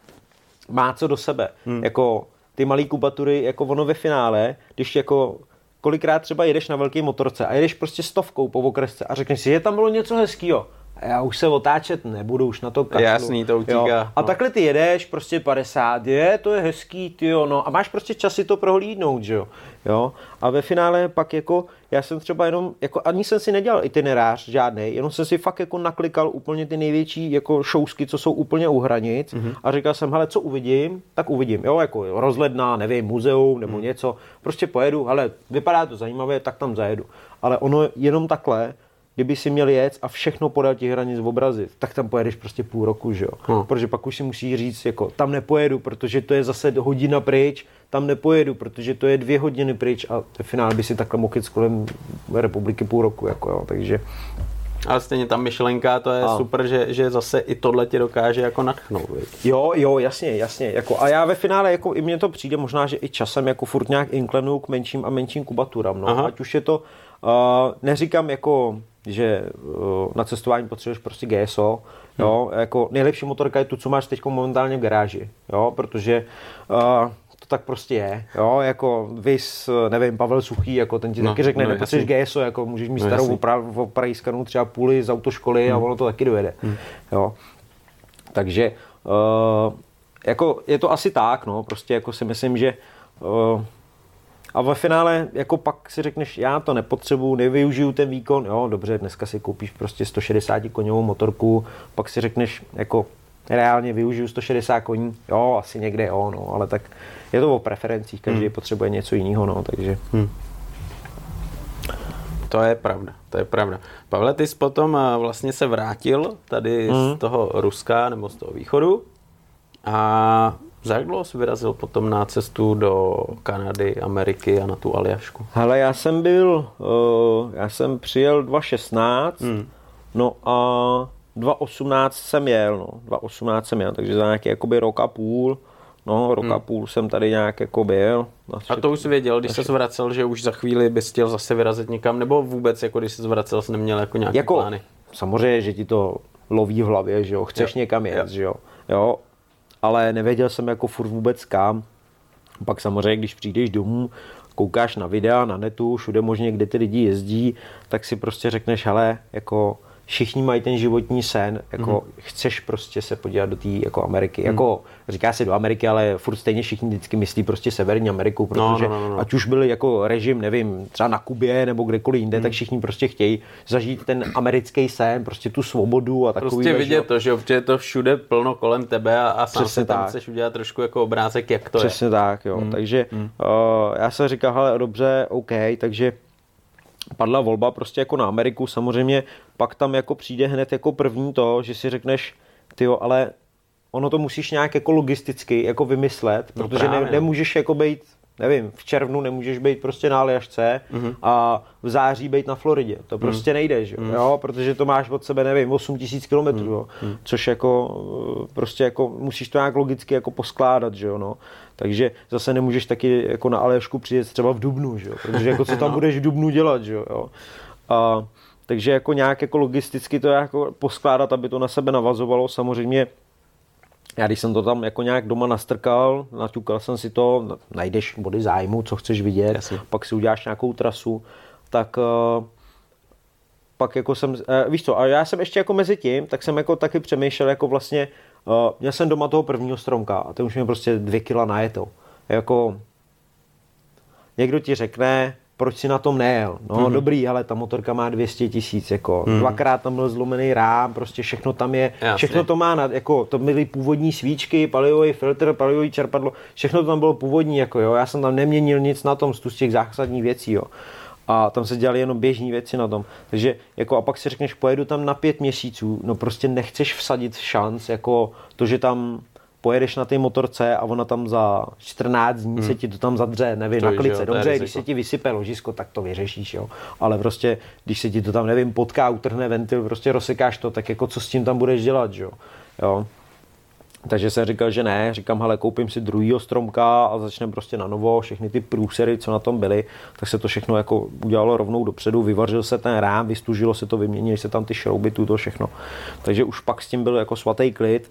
má co do sebe. Hmm. Jako ty malý kubatury, jako ono ve finále, když jako kolikrát třeba jedeš na velké motorce a jedeš prostě stovkou po okresce a řekneš si, že tam bylo něco hezkýho. A já už se otáčet nebudu, už na to kašlu. Jasný, to utíká. Jo. A no. takhle ty jedeš prostě padesát, je, to je hezký, tyjo, no. A máš prostě čas si to prohlídnout, že jo. jo. A ve finále pak jako, já jsem třeba jenom, jako ani jsem si nedělal itinerář žádnej, jenom jsem si fakt jako naklikal úplně ty největší jako šousky, co jsou úplně u hranic mm-hmm. a říkal jsem, hele, co uvidím, tak uvidím, jo, jako rozhledna, nevím, muzeum nebo mm. něco, prostě pojedu, hele, vypadá to zajímavé, tak tam zajedu. Ale ono jenom takhle, kdyby si měl jet a všechno podal těch hranic v obrazy, tak tam pojedeš prostě půl roku, že jo. Hmm. Protože pak už si musíš říct, jako tam nepojedu, protože to je zase hodina pryč, tam nepojedu, protože to je dvě hodiny pryč a v finále by si takhle mohl jít kolem republiky půl roku, jako jo, takže... Ale stejně ta myšlenka, to je a. super, že, že zase i tohle ti dokáže jako nadchnout. Víc. Jo, jo, jasně, jasně. Jako, a já ve finále, jako i mně to přijde možná, že i časem jako furt nějak inklenu k menším a menším kubaturám. No. Ať už je to, uh, neříkám jako, že uh, na cestování potřebuješ prostě G S O, hmm. jo, jako nejlepší motorka je tu, co máš teď momentálně v garáži, jo, protože uh, to tak prostě je, jo, jako vys, nevím, Pavel Suchý, jako ten ti no, taky řekne, no, nepotřebuješ G S O, jako můžeš mít no, starou oprajískanou třeba půli z autoškoly hmm. a ono to taky dojede, hmm. jo. Takže uh, jako je to asi tak, no, prostě jako si myslím, že uh, a ve finále jako pak si řekneš, já to nepotřebuju, nevyužiju ten výkon, jo, dobře, dneska si koupíš prostě sto šedesát koňovou motorku, pak si řekneš, jako reálně využiju sto šedesát koní, jo, asi někde jo, no, ale tak je to o preferencích, každý hmm. potřebuje něco jiného, no, takže... Hmm. To je pravda, to je pravda. Pavle, ty jsi potom vlastně se vrátil tady hmm. z toho Ruska nebo z toho východu a za jak dlouho jsi vyrazil potom na cestu do Kanady, Ameriky a na tu Aljašku? Hele, já jsem byl, uh, já jsem přijel dva tisíce šestnáct, hmm. no a dva tisíce osmnáct jsem jel, no, dva tisíce osmnáct jsem jel, takže za nějaký jakoby rok a půl, no, rok hmm. a půl jsem tady nějak jako byl. A to už jsi věděl, když jsi vracel, že už za chvíli bys chtěl zase vyrazit někam, nebo vůbec, jako když jsi vracel, jsi neměl jako nějaké jako, plány? Samozřejmě, že ti to loví v hlavě, že jo, chceš jo. někam jet, jo. že jo, jo. Ale nevěděl jsem jako furt vůbec kam. Pak samozřejmě, když přijdeš domů, koukáš na videa, na netu, všude možně, kde ty lidi jezdí, tak si prostě řekneš, hele, jako všichni mají ten životní sen, jako mm. chceš prostě se podívat do té jako Ameriky, mm. jako říká se do Ameriky, ale furt stejně všichni vždycky myslí prostě Severní Ameriku, protože no, no, no, no. ať už byl jako režim, nevím, třeba na Kubě nebo kdekoliv jinde, mm. tak všichni prostě chtějí zažít ten americký sen, prostě tu svobodu a takový. Prostě vidět to, že je to všude plno kolem tebe a, a sám si tam chceš udělat trošku jako obrázek, jak to Přesně je. Přesně tak, jo, mm. takže mm. Uh, já jsem říkal, hele, dobře, OK, takže padla volba prostě jako na Ameriku, samozřejmě pak tam jako přijde hned jako první to, že si řekneš, tyjo, ale ono to musíš nějak jako logisticky jako vymyslet, no protože ne, nemůžeš jako být nevím, v červnu nemůžeš být prostě na Aljašce mm-hmm. a v září být na Floridě. To prostě mm. nejde, že? Mm. jo, protože to máš od sebe, nevím, osm tisíc kilometrů, mm. což jako prostě jako musíš to nějak logicky jako poskládat, že jo, no. Takže zase nemůžeš taky jako na Aljašku přijet třeba v dubnu, že jo, protože jako co tam no. budeš v dubnu dělat, že jo. A takže jako nějak jako logisticky to jako poskládat, aby to na sebe navazovalo. Samozřejmě já když jsem to tam jako nějak doma nastrkal, naťukal jsem si to, najdeš body zájmu, co chceš vidět, Jasně. pak si uděláš nějakou trasu, tak uh, pak jako jsem, uh, víš co, a já jsem ještě jako mezi tím, tak jsem jako taky přemýšlel jako vlastně, uh, měl jsem doma toho prvního stromka a ten už mě prostě dvě kila najetou. Jako někdo ti řekne, proč si na tom nejel? No mm-hmm. dobrý, ale ta motorka má dvě stě tisíc, jako mm-hmm. dvakrát tam byl zlomený rám, prostě všechno tam je, Jasně. všechno to má, na, jako to byly původní svíčky, palivový filtr, palivový čerpadlo, všechno to tam bylo původní, jako jo, já jsem tam neměnil nic na tom z těch zásadních věcí, jo. A tam se dělaly jenom běžní věci na tom. Takže jako a pak si řekneš, pojedu tam na pět měsíců, no prostě nechceš vsadit šanc, jako to, že tam pojedeš na té motorce a ona tam za čtrnáct dní hmm. se ti to tam zadře, nevím, to na klice. Dobře, když se ti vysype ložisko, tak to vyřešíš, jo. Ale prostě, když se ti to tam, nevím, potká, utrhne ventil, prostě rozsekáš to, tak jako co s tím tam budeš dělat, jo. jo. Takže jsem říkal, že ne, říkám, hele, koupím si druhýho stromka a začneme prostě na novo, všechny ty průsery, co na tom byly, tak se to všechno jako udělalo rovnou dopředu, vyvařil se ten rám, vystužilo se to, vyměnili se tam ty šrouby, tuto všechno. Takže už pak s tím byl jako svatý klid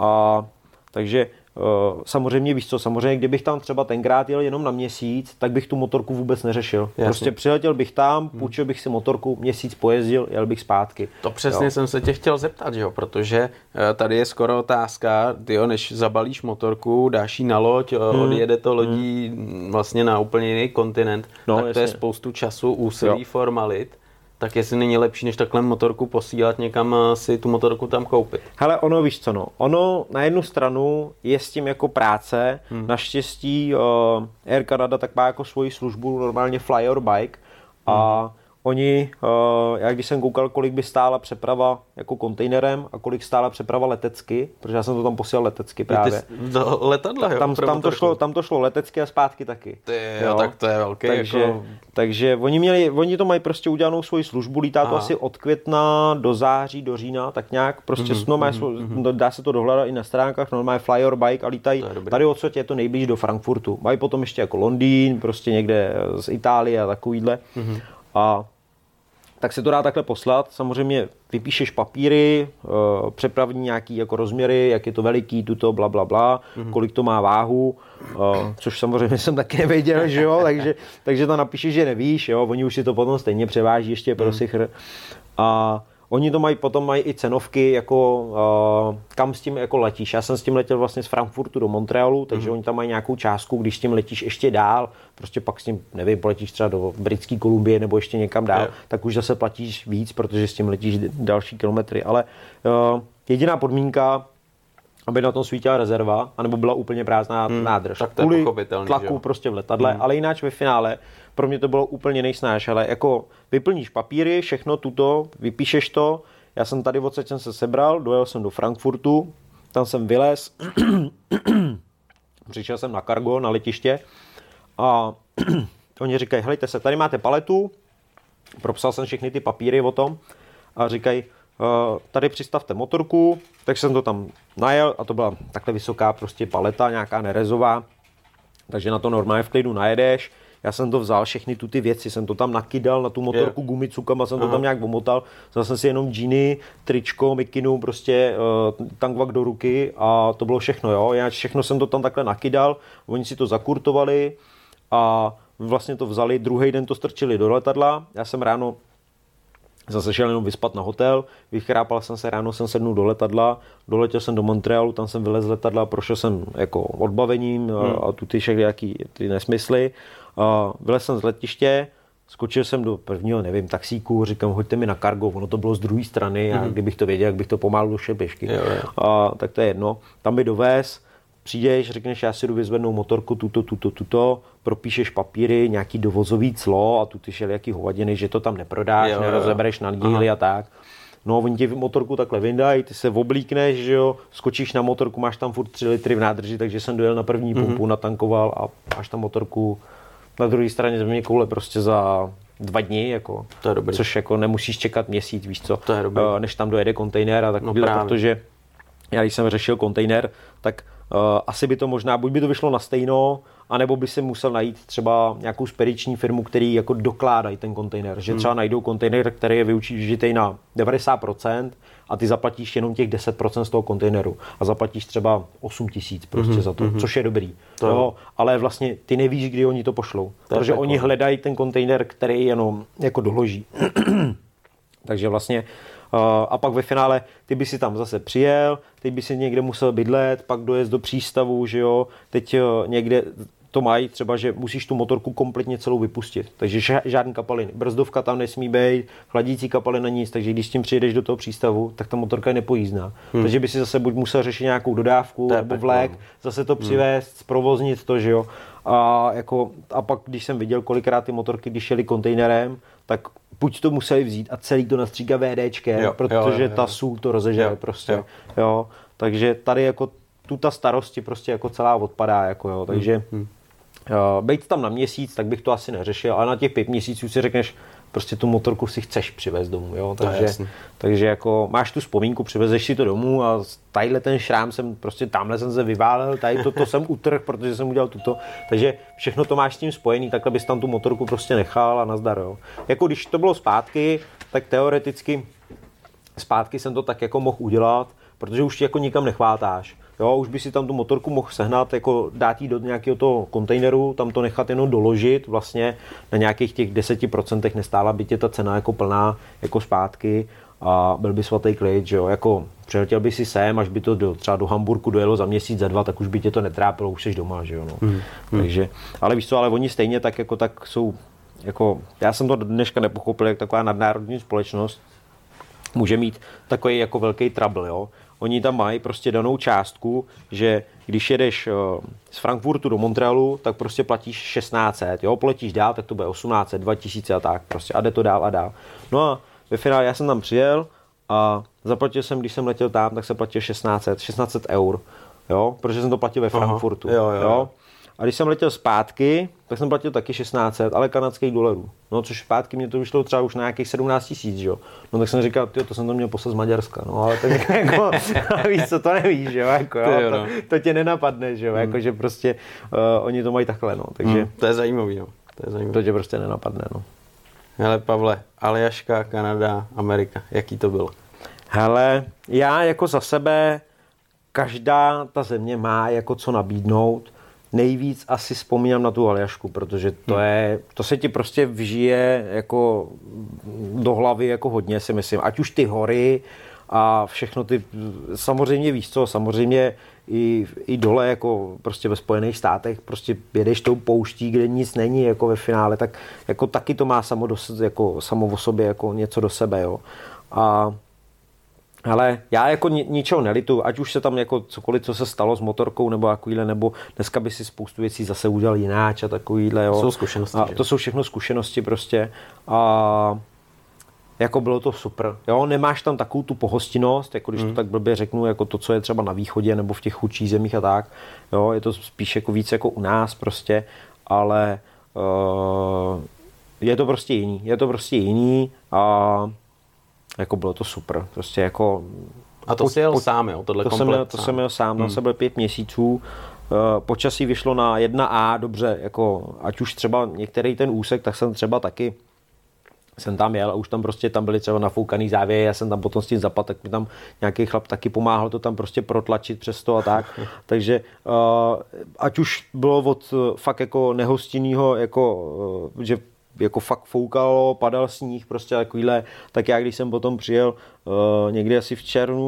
a takže uh, samozřejmě víš co, samozřejmě kdybych tam třeba tenkrát jel jenom na měsíc, tak bych tu motorku vůbec neřešil. Jasně. Prostě přiletěl bych tam, půjčil bych si motorku, měsíc pojezdil, jel bych zpátky. To přesně jo. jsem se tě chtěl zeptat, jo, protože tady je skoro otázka, tyjo, než zabalíš motorku, dáš ji na loď, hmm. odjede to lodí hmm. vlastně na úplně jiný kontinent, no, tak jasně. to je spoustu času, úsilí, jo. formalit. Tak jestli není lepší, než takhle motorku posílat někam, si tu motorku tam koupit. Hele, ono víš co, no. Ono na jednu stranu je s tím jako práce. Hmm. Naštěstí uh, Air Canada tak má jako svoji službu, normálně Fly Your Bike. Hmm. A oni, uh, já když jsem koukal, kolik by stála přeprava jako kontejnerem a kolik stála přeprava letecky, protože já jsem to tam posílal letecky právě. Do letadla, jo? Tam, tam, to šlo, tam to šlo letecky a zpátky taky. Ty, jo, jo, tak to je velký. Takže, jako... takže oni, měli, oni to mají prostě udělanou svoji službu, lítá to asi od května do září, do října, tak nějak, prostě mm-hmm, no, mm-hmm. dá se to dohledat i na stránkách, normálně Fly Your Bike a lítají tady odsud je to nejblíž do Frankfurtu. Mají potom ještě jako Londýn, prostě někde z Itálie a takovýhle. Mm-hmm. A tak se to dá takhle poslat. Samozřejmě vypíšeš papíry, uh, přepravní nějaký jako rozměry, jak je to veliký, tuto, bla, bla, bla, mm-hmm. kolik to má váhu, uh, což samozřejmě jsem taky nevěděl, že jo, takže, takže to napíšeš, že nevíš, jo, oni už si to potom stejně převáží ještě pro mm. sichr. A oni to mají, potom mají i cenovky, jako uh, kam s tím jako letíš. Já jsem s tím letěl vlastně z Frankfurtu do Montrealu, takže mm. oni tam mají nějakou částku, když s tím letíš ještě dál, prostě pak s tím, nevím, poletíš třeba do Britské Kolumbie nebo ještě někam dál, yeah. tak už zase platíš víc, protože s tím letíš další kilometry. Ale uh, jediná podmínka, aby na tom svítila rezerva, anebo byla úplně prázdná hmm, nádrž. Tak to je kvůli pochopitelný, tlaku prostě v letadle, hmm. ale jináč ve finále pro mě to bylo úplně nejsnáš, ale jako vyplníš papíry, všechno tuto, vypíšeš to, já jsem tady odsaď jsem se sebral, dojel jsem do Frankfurtu, tam jsem vylez, přišel jsem na kargo, na letiště a oni říkají, helejte se, tady máte paletu, propsal jsem všechny ty papíry o tom a říkají, Uh, tady přistavte motorku, tak jsem to tam najel a to byla takhle vysoká prostě paleta, nějaká nerezová, takže na to normálně v klidu najedeš. Já jsem to vzal, všechny tu ty věci, jsem to tam nakydal na tu motorku yeah. gumicukama, jsem Aha. to tam nějak omotal, vzal jsem si jenom džíny, tričko, mikinu, prostě uh, tankvak do ruky a to bylo všechno, jo. Já všechno jsem to tam takhle nakydal, oni si to zakurtovali a vlastně to vzali, druhý den to strčili do letadla, já jsem ráno zase šel jenom vyspat na hotel, vychrápal jsem se, ráno jsem sednul do letadla, doletěl jsem do Montrealu, tam jsem vylez z letadla, prošel jsem jako odbavením a, hmm. a tu ty všechny jaký ty nesmysly. A vylez jsem z letiště, skočil jsem do prvního, nevím, taxíku, říkám, hoďte mi na kargo, ono to bylo z druhé strany a hmm. kdybych to věděl, jak bych to pomalu došel pěšky. Jo, jo. A, tak to je jedno. Tam by dovez, přijdeš, řekneš, já si jdu vyzvednout motorku, tuto, tuto, tuto, propíšeš papíry, nějaký dovozový clo a tu ty šel jaký hovadiny, že to tam neprodáš, jo, nerozebereš na díly a tak. No, oni ti motorku takhle vyndají, ty se oblíkneš, že jo, skočíš na motorku, máš tam furt tři litry v nádrži, takže jsem dojel na první pumpu, mm-hmm. natankoval a máš tam motorku na druhé straně země koule prostě za dva dny, jako, to je dobrý. Což jako nemusíš čekat měsíc, víš co, to je dobrý. než tam dojede kontejner a takovýhle, no, protože já když jsem řešil kontejner, tak uh, asi by to možná, buď by to vyšlo na stejno, anebo by si musel najít třeba nějakou spediční firmu, který jako dokládají ten kontejner, že třeba najdou kontejner, který je využitý na devadesát procent a ty zaplatíš jenom těch deset procent z toho kontejneru a zaplatíš třeba osm tisíc prostě mm-hmm. za to, mm-hmm. což je dobrý. To jo, ale vlastně ty nevíš, kdy oni to pošlou, to protože oni hledají ten kontejner, který jenom jako doloží. Takže vlastně Uh, a pak ve finále ty by si tam zase přijel, teď by si někde musel bydlet, pak dojezd do přístavu, že jo, teď uh, někde to mají třeba, že musíš tu motorku kompletně celou vypustit, takže žádný kapaliny, brzdovka tam nesmí být, chladící kapalina nic, takže když s tím přijedeš do toho přístavu, tak ta motorka je nepojízdná, hmm. takže by si zase buď musel řešit nějakou dodávku nebo vlek, zase to přivést, hmm. zprovoznit to, že jo, a, jako, a pak když jsem viděl kolikrát ty motorky, když jeli kontejnerem, tak buď to museli vzít a celý to nastříká VDčkem, jo, protože jo, jo, jo. ta sůl to rozežere jo, prostě, jo. jo. Takže tady jako tu ta starosti prostě jako celá odpadá, jako jo, takže hmm. uh, bejt tam na měsíc, tak bych to asi neřešil, ale na těch pět měsíců si řekneš, prostě tu motorku si chceš přivést domů, jo, takže, takže jako máš tu vzpomínku, přivezeš si to domů a tadyhle ten šrám jsem prostě, tamhle jsem se vyválel, tady to, to jsem utrhl, protože jsem udělal tuto, takže všechno to máš s tím spojený, takhle bys tam tu motorku prostě nechal a nazdar, jo. Jako když to bylo zpátky, tak teoreticky zpátky jsem to tak jako mohl udělat, protože už ti jako nikam nechvátáš. Jo, už by si tam tu motorku mohl sehnat, jako dát jí do nějakého toho kontejneru, tam to nechat jenom doložit, vlastně na nějakých těch deseti procentech nestála by tě ta cena jako plná, jako zpátky a byl by svatý klid, že jo, jako přiletěl by si sem, až by to do, třeba do Hamburku dojelo za měsíc, za dva, tak už by tě to netrápilo, už jsi doma, že jo, no. Hmm. Takže, ale víš co, ale oni stejně tak jako tak jsou, jako, já jsem to do dneška nepochopil, jak taková nadnárodní společnost může mít takový jako velký trouble, jo. Oni tam mají prostě danou částku, že když jedeš z Frankfurtu do Montrealu, tak prostě platíš šestnáct set, jo, poletíš dál, tak to bude osmnáct set, dva tisíce a tak, prostě a jde to dál a dál. No a ve finále já jsem tam přijel a zaplatil jsem, když jsem letěl tam, tak jsem platil šestnáct set, šestnáct set eur, jo, protože jsem to platil ve Frankfurtu, Aha, jo, jo, jo. A když jsem letěl zpátky, tak jsem platil taky šestnáct set, ale kanadských dolarů. No, což zpátky mě to vyšlo třeba už na nějakých sedmnáct tisíc, jo. No, tak jsem říkal, tyjo, to jsem to měl poslat z Maďarska, no, ale tak jako, víš co, to nevíš, jo, jako, jo, to, no. to tě nenapadne, že jo, hmm. jako, že prostě uh, oni to mají takhle, no, takže. Hmm, to je zajímavý, no, to je zajímavý. To tě prostě nenapadne, no. Hele, Pavle, Aljaška, Kanada, Amerika, jaký to bylo? Hele, já jako za sebe, každá ta země má jako co nabídnout. Nejvíc asi vzpomínám na tu Aljašku, protože to je, to se ti prostě vžije jako do hlavy jako hodně, si myslím. Ať už ty hory a všechno ty, samozřejmě víš co, samozřejmě i, i dole jako prostě ve Spojených státech prostě jedeš tou pouští, kde nic není jako ve finále, tak jako taky to má samo, do, jako, samo o sobě jako něco do sebe, jo. A ale já jako ni, ničeho nelitu, ať už se tam jako cokoliv, co se stalo s motorkou nebo takovýhle, nebo dneska by si spoustu věcí zase udělal jináč a takovýhle, jo. To jsou zkušenosti. A to jsou všechno zkušenosti prostě a jako bylo to super, jo, nemáš tam takovou tu pohostinnost, jako když hmm. to tak blbě řeknu, jako to, co je třeba na východě nebo v těch chudších zemích a tak, jo, je to spíš jako víc jako u nás prostě, ale uh, je to prostě jiný, je to prostě jiný a jako bylo to super, prostě jako. A to po, jsi jel po, sám, jo, tohle to komplet jsem jel, To sám. jsem jel sám, hmm. jsem byl pět měsíců, uh, počasí vyšlo na jedna A, dobře, jako ať už třeba některý ten úsek, tak jsem třeba taky, jsem tam jel a už tam prostě, tam byly třeba nafoukaný závěry, já jsem tam potom s tím zapadl, tak mi tam nějaký chlap taky pomáhal to tam prostě protlačit přes to a tak, takže uh, ať už bylo od uh, fakt jako nehostinného, jako, uh, že jako fakt foukalo, padal sníh, prostě takovýhle, tak já když jsem potom přijel uh, někdy asi v červnu,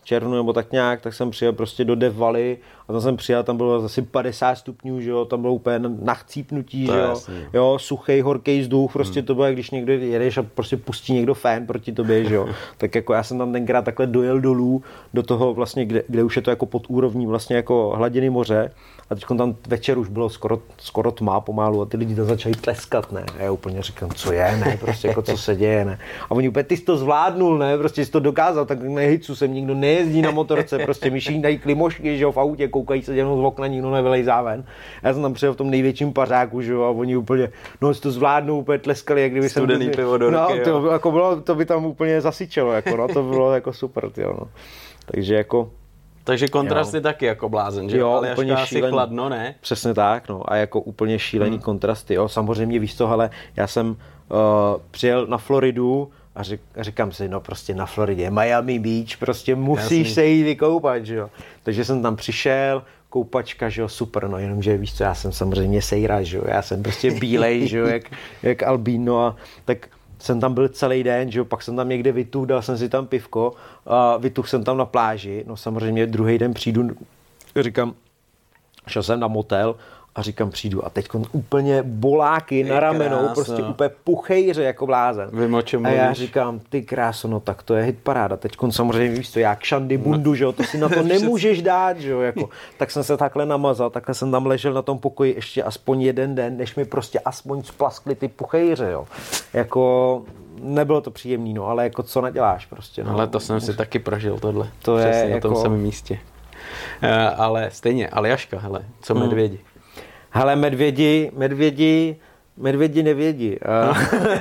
červnu nebo tak nějak, tak jsem přijel prostě do Death Valley a tam jsem přijel, tam bylo asi padesát stupňů, že jo, tam bylo úplně na chcípnutí, že jo, jo, suchej, horký vzduch, prostě hmm. to bylo, jak když někdo jedeš a prostě pustí někdo fén proti tobě, že jo, tak jako já jsem tam tenkrát takhle dojel dolů do toho vlastně, kde, kde už je to jako pod úrovní vlastně jako hladiny moře a teď tam večer už bylo skoro, skoro tma pomalu a ty lidi tam začali tleskat, ne, a já úplně říkám, co je, ne, prostě jako co se děje, ne, a oni úplně, ty jsi to zvládnul, ne, prostě jsi to dokázal, tak nehycu sem, nikdo nejezdí na motorce, prostě myší dají klimošky, že jo, v autě, koukají se jenom z okna, nikdo nevylejzá ven. Já jsem tam přijel v tom největším pařáku, že jo, a oni úplně, no, si to zvládnou, úplně tleskali, jak kdyby studený jsem... pivo do no, ruky, to, jako bylo, to by tam úplně zasyčelo, jako, no, to bylo jako super, tyjo, no. Takže jako... Takže kontrast je taky jako blázen, že jo, ale úplně asi chladno, ne? Přesně tak, no, a jako úplně šílený hmm. kontrasty, jo, samozřejmě víš co, hele, já jsem uh, přijel na Floridu a řek, říkám si, no prostě na Floridě, Miami Beach, prostě musíš Jasný. se jít vykoupat, že jo. Takže jsem tam přišel, koupačka, že jo, super, no, jenomže víš co, já jsem samozřejmě sejra, že jo, já jsem prostě bílej, že jo, jak, jak albíno a tak jsem tam byl celý den, že jo, pak jsem tam někde vytuch, dal jsem si tam pivko a vytuch jsem tam na pláži, no samozřejmě druhý den přijdu, říkám, šel jsem na motel a říkám, přijdu a teď úplně boláky je na ramenou, krásno. Prostě úplně puchejře jako blázen. Vím, o čem a já mluvíš. říkám, ty kráso, no tak to je hit paráda. Teď samozřejmě víš to, jak šandy bundu, že jo, to si na to nemůžeš dát, že jo, jako. Tak jsem se takhle namazal, takhle jsem tam ležel na tom pokoji ještě aspoň jeden den, než mi prostě aspoň splaskly ty puchejře, jo. Jako... Nebylo to příjemný, no, ale jako co naděláš prostě. No. Ale to jsem si taky prožil tohle. To Přesně je na jako... tom samém místě. Uh, ale stejně, Aljaška, hele, co hmm. medvědi? Hele, medvědi, medvědi, medvědi nevědí. No.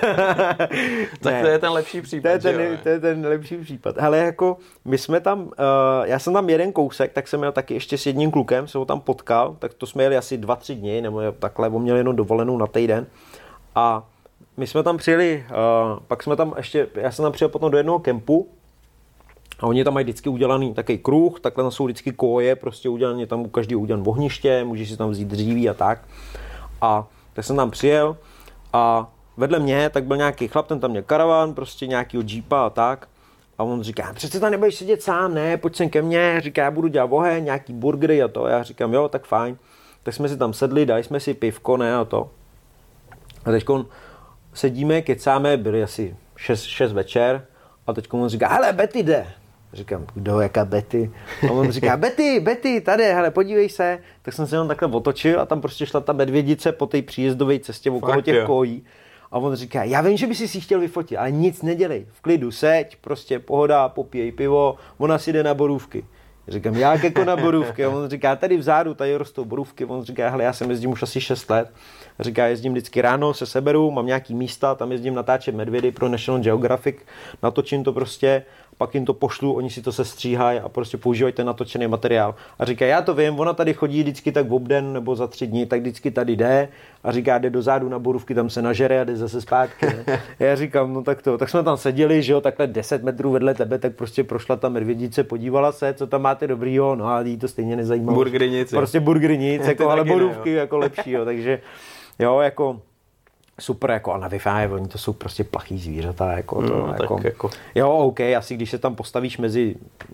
Tak ne. To je ten lepší případ, to je ten, jo, to je ten lepší případ. Hele, jako my jsme tam, uh, já jsem tam jeden kousek, tak jsem měl taky ještě s jedním klukem, jsem ho tam potkal, tak to jsme jeli asi dva, tři dny, nebo takhle, on měl jenom dovolenou na týden a my jsme tam přijeli, uh, pak jsme tam ještě, já jsem tam přijel potom do jednoho kempu a oni tam mají vždycky udělaný takový kruh, takhle tam jsou vždycky koje, prostě udělaný, tam u každého udělan ohniště, můžeš si tam vzít dříví a tak. A tak jsem tam přijel a vedle mě tak byl nějaký chlap, ten tam měl karavan, prostě nějakýho džípa a tak. A on říká, přece tam nebudeš sedět sám, ne, pojď sem ke mně, říká, já budu dělat oheň, nějaký burgery a to. A já říkám, jo, tak fajn. Tak jsme si tam sedli, dali jsme si pivko, ne, a to. A teďkon sedíme, kecáme, byli asi šest večer a teď on říká, hele, Betty jde. Říkám, kdo, jaká Betty? A on říká, Betty, Betty, tady, hele, podívej se. Tak jsem se jenom takhle otočil a tam prostě šla ta medvědice po té příjezdové cestě okolo Fakt, těch jo. kojí. A on říká, já vím, že by si si chtěl vyfotit, ale nic nedělej. V klidu seď, prostě pohoda, popíjej pivo, ona si jde na borůvky. Říkám, jak jako na borůvky? A on říká, tady vzadu, tady rostou borůvky. On říká, hele, já jsem jezdím už asi šest let. Říká, jezdím vždycky ráno, se seberu, mám nějaký místa, tam jezdím natáčet medvědy pro National Geographic, natočím to prostě, pak jim to pošlu, oni si to sestříhají a prostě používají ten natočený materiál. A říká, já to vím, ona tady chodí vždycky tak v obden nebo za tři dny, tak vždycky tady jde a říká, jde dozadu na borůvky, tam se nažere a jde zase zpátky. Ne? Já říkám, no tak to, tak jsme tam seděli, že jo, takhle deset metrů vedle tebe, tak prostě prošla ta medvědice, podívala se, co tam máte dobrýho, no a jí to stejně nezajímalo. Burgery nic. Prostě burgery nic, jako, ale borůvky ne, jako lepší, jo, takže jo, jako super, jako a na Wi-Fi, oni to jsou prostě plachý zvířata, jako to, no, jako, jako. Jo, OK, asi když se tam postavíš mezi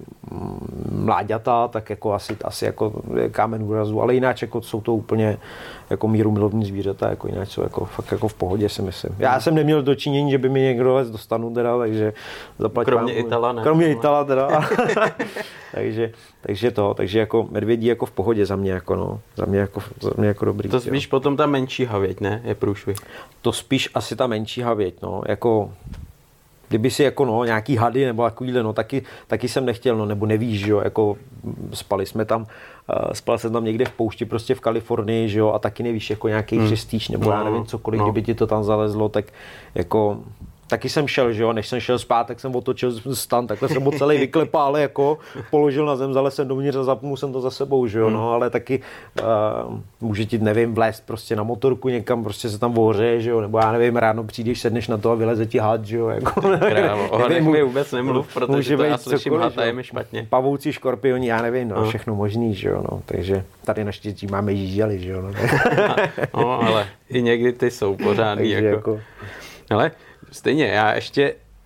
mláďata, tak jako asi, asi jako kámen úrazu, ale jinak jako jsou to úplně jako míru milovní zvířata, jako jinak jsou jako fakt jako v pohodě, si myslím. Já jsem neměl dočinění, že by mi někdo les dostanu teda, takže zaplatím. Kromě Itala, ne? Kromě Itala teda. takže, takže to, takže jako medvědí jako v pohodě za mě jako no, za mě jako, za mě jako dobrý. To spíš jo. Potom ta menší havěť, ne? Je průšvih. To spíš asi ta menší havěť, no, jako kdyby si jako no, nějaký hady nebo takovýhle, no, taky, taky jsem nechtěl, no, nebo nevíš, že jo, jako spali jsme tam, uh, spal jsem tam někde v poušti, prostě v Kalifornii, že jo, a taky nevíš, jako nějaký hmm. přestýč, nebo no, já nevím cokoliv, no. Kdyby ti to tam zalezlo, tak jako taky jsem šel, že jo, než jsem šel spát, tak jsem otočil stan, takhle jsem ho celý vyklepal, jako položil na zem, zalez jsem dovnitř a zapnul jsem to za sebou, že jo, no, ale taky uh, může ti, nevím, vlézt prostě na motorku někam, prostě se tam ohřeje, že jo, nebo já nevím, ráno přijdeš, sedneš na to a vyleze ti had, že jo, jako. Krávo, o hadech mi vůbec nemluv, protože to já slyším had a je mi špatně. Pavouci, škorpioni, já nevím, no, no. Všechno možný, že jo, no, takže tady naštěstí máme jížděli, že jo, no. No, ale i někdy ty jsou pořádný, jako. jako. Ale stejně, já ještě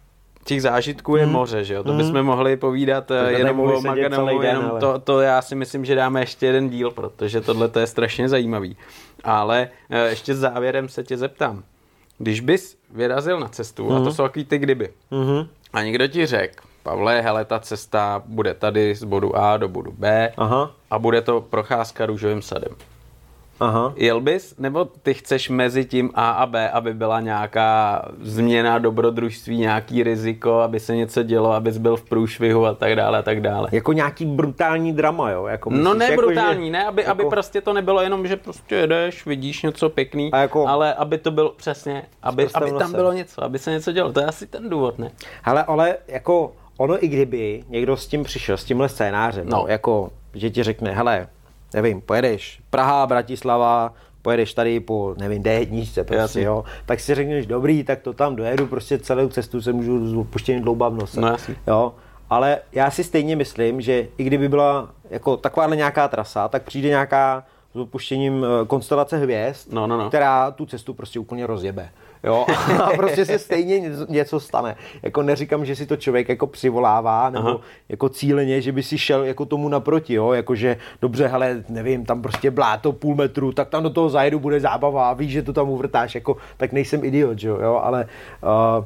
těch zážitků je hmm. moře, že jo? To hmm. bychom mohli povídat to jenom o Maganovu, jenom to, to já si myslím, že dáme ještě jeden díl, protože tohle to je strašně zajímavý. Ale ještě závěrem se tě zeptám. Když bys vyrazil na cestu, hmm. a to jsou takový ty kdyby, hmm. a někdo ti řekl, Pavle, hele, ta cesta bude tady z bodu A do bodu B, aha, a bude to procházka růžovým sadem. Aha. Jel bys, nebo ty chceš mezi tím A a B, aby byla nějaká změna dobrodružství, nějaký riziko, aby se něco dělo, abys byl v průšvihu a tak dále a tak dále. Jako nějaký brutální drama, jo? Jako myslíš, no ne jako, brutální, že, ne, aby, jako... aby prostě to nebylo jenom, že prostě jedeš, vidíš něco pěkný, jako... ale aby to bylo přesně, aby, aby tam bylo něco, aby se něco dělo, to je asi ten důvod, ne? Hele, ale jako ono i kdyby někdo s tím přišel, s tímhle scénářem, no. jako, že ti řekne, hele, nevím, pojedeš Praha, Bratislava, pojedeš tady po, nevím, D jedna, prostě, jo, tak si řekneš, dobrý, tak to tam dojedu, prostě celou cestu se můžu s opuštěním dloubat v nose, no, jo, ale já si stejně myslím, že i kdyby byla jako takováhle nějaká trasa, tak přijde nějaká s opuštěním konstelace hvězd, no, no, no. která tu cestu prostě úplně rozjebe. Jo, a prostě se stejně něco, něco stane. Jako neříkám, že si to člověk jako přivolává, nebo aha, jako cíleně, že by si šel jako tomu naproti, jo, jakože dobře, hele, nevím, tam prostě bláto půl metru, tak tam do toho zajedu, bude zábava, víš, že to tam uvrtáš, jako, tak nejsem idiot, jo, ale uh,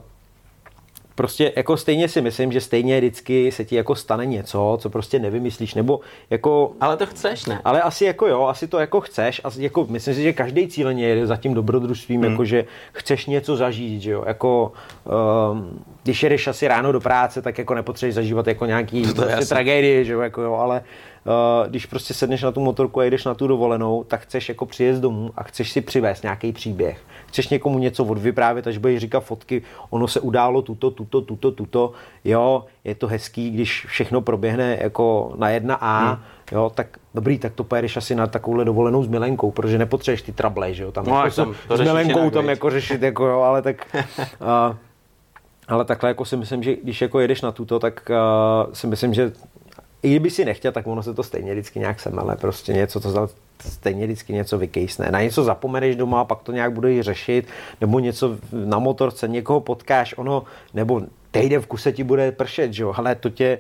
prostě jako stejně si myslím, že stejně vždycky se ti jako stane něco, co prostě nevymyslíš, nebo jako... Ale to chceš, ne? Ale asi jako jo, asi to jako chceš, asi jako myslím si, že každý cíleně jede za tím dobrodružstvím, hmm. jako že chceš něco zažít, že jo, jako um, když jedeš asi ráno do práce, tak jako nepotřebuješ zažívat jako nějaký prostě tragédie, že jo, jako jo, ale uh, když prostě sedneš na tu motorku a jdeš na tu dovolenou, tak chceš jako přijet domů a chceš si přivést nějaký příběh. Chceš někomu něco odvyprávět, až budeš říkat fotky, ono se událo tuto, tuto, tuto, tuto, jo, je to hezký, když všechno proběhne jako na jedna A, hmm. jo, tak dobrý, tak to pojedeš asi na takovouhle dovolenou s milenkou, protože nepotřebuješ ty trable, že jo, tam, no, jako tam s milenkou tam jako řešit, jako jo, ale tak... uh, ale takhle jako si myslím, že když jako jedeš na tuto, tak uh, si myslím, že i kdyby si nechtěl, tak ono se to stejně vždycky nějak semele, prostě něco, co stejně vždycky něco vykejsne. Na něco zapomeneš doma a pak to nějak budeš řešit, nebo něco na motorce, někoho potkáš, ono, nebo týden v kuse ti bude pršet, že jo, ale to tě,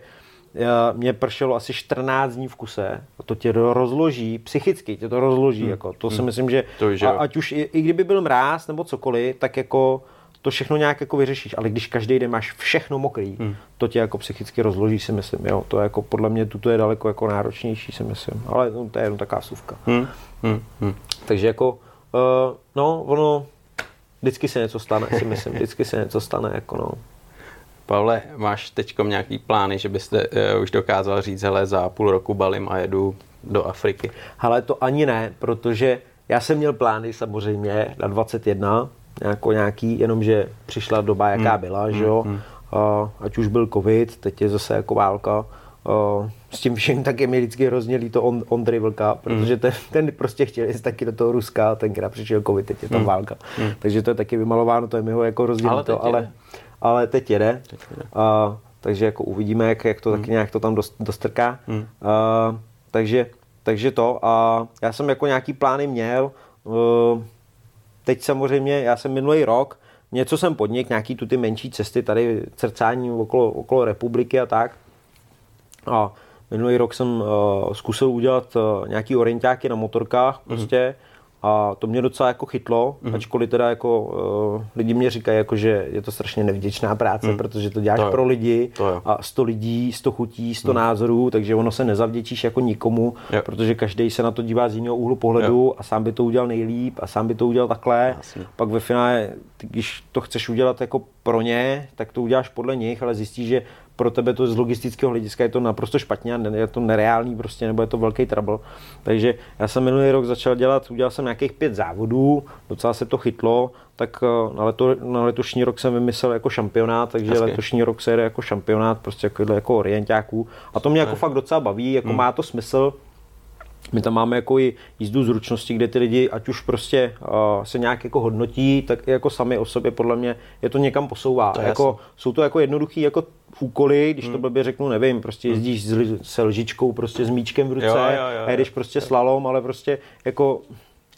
mě pršelo asi čtrnáct dní v kuse a to tě rozloží, psychicky tě to rozloží, hmm. jako, to si hmm. myslím, že a, ať už i, i kdyby byl mráz nebo cokoliv, tak jako to všechno nějak jako vyřešíš, ale když každý den máš všechno mokrý, hmm. to tě jako psychicky rozloží, si myslím, jo, to je jako podle mě tuto je daleko jako náročnější, si myslím, ale no, to je jenom taková vsuvka. Hmm. Hmm. Hmm. Takže jako, uh, no, ono, vždycky se něco stane, si myslím, vždycky se něco stane, jako no. Pavle, máš teďkom nějaký plány, že byste uh, už dokázal říct, hele, za půl roku balím a jedu do Afriky? Hele, to ani ne, protože já jsem měl plány samozřejmě na dvacet jedna, jako nějaký, jenomže přišla doba, jaká hmm. byla, že jo, hmm. uh, ať už byl covid, teď je zase jako válka, uh, s tím všem tak je mi vždycky hrozně líto on, Ondry Vlka, protože ten, ten prostě chtěl jít taky do toho Ruska, tenkrát přišel covid, teď je tam hmm. válka, hmm. takže to je taky vymalováno, to je mi ho jako hrozně líto, ale, ale teď jede, teď jede. Uh, takže jako uvidíme, jak, jak to hmm. taky nějak to tam dost, dostrká, hmm. uh, takže, takže to a já jsem jako nějaký plány měl, uh, teď samozřejmě, já jsem minulý rok, něco jsem podnik, nějaký tu ty menší cesty, tady crcání okolo, okolo republiky a tak. A minulý rok jsem uh, zkusil udělat uh, nějaký orientáky na motorkách prostě a to mě docela jako chytlo, mm-hmm. ačkoliv teda jako uh, lidi mě říkají, jako, že je to strašně nevděčná práce, mm. protože to děláš to pro lidi a sto lidí, sto chutí, sto mm. názorů, takže ono se nezavděčíš jako nikomu, yep. protože každý se na to dívá z jiného úhlu pohledu yep. a sám by to udělal nejlíp a sám by to udělal takhle. Jasně. Pak ve finále, když to chceš udělat jako pro ně, tak to uděláš podle nich, ale zjistíš, že pro tebe to z logistického hlediska je to naprosto špatně, je to nereálný prostě, nebo je to velký trouble. Takže já jsem minulý rok začal dělat, udělal jsem nějakých pět závodů, docela se to chytlo, tak na, leto, na letošní rok jsem vymyslel jako šampionát, takže Hezky. letošní rok se jede jako šampionát, prostě jako, jako orientáků. A to mě jako fakt docela baví, jako hmm. má to smysl. My tam máme jako i jízdu zručnosti, kde ty lidi, ať už prostě uh, se nějak jako hodnotí, tak i jako sami o sobě podle mě je to někam posouvá. To jako, jsou to jako jednoduchý jako úkoly, když hmm. to blbě řeknu, nevím, prostě jezdíš hmm. se lžičkou, prostě s míčkem v ruce, jo, jo, jo, a jedeš prostě jo. slalom, ale prostě jako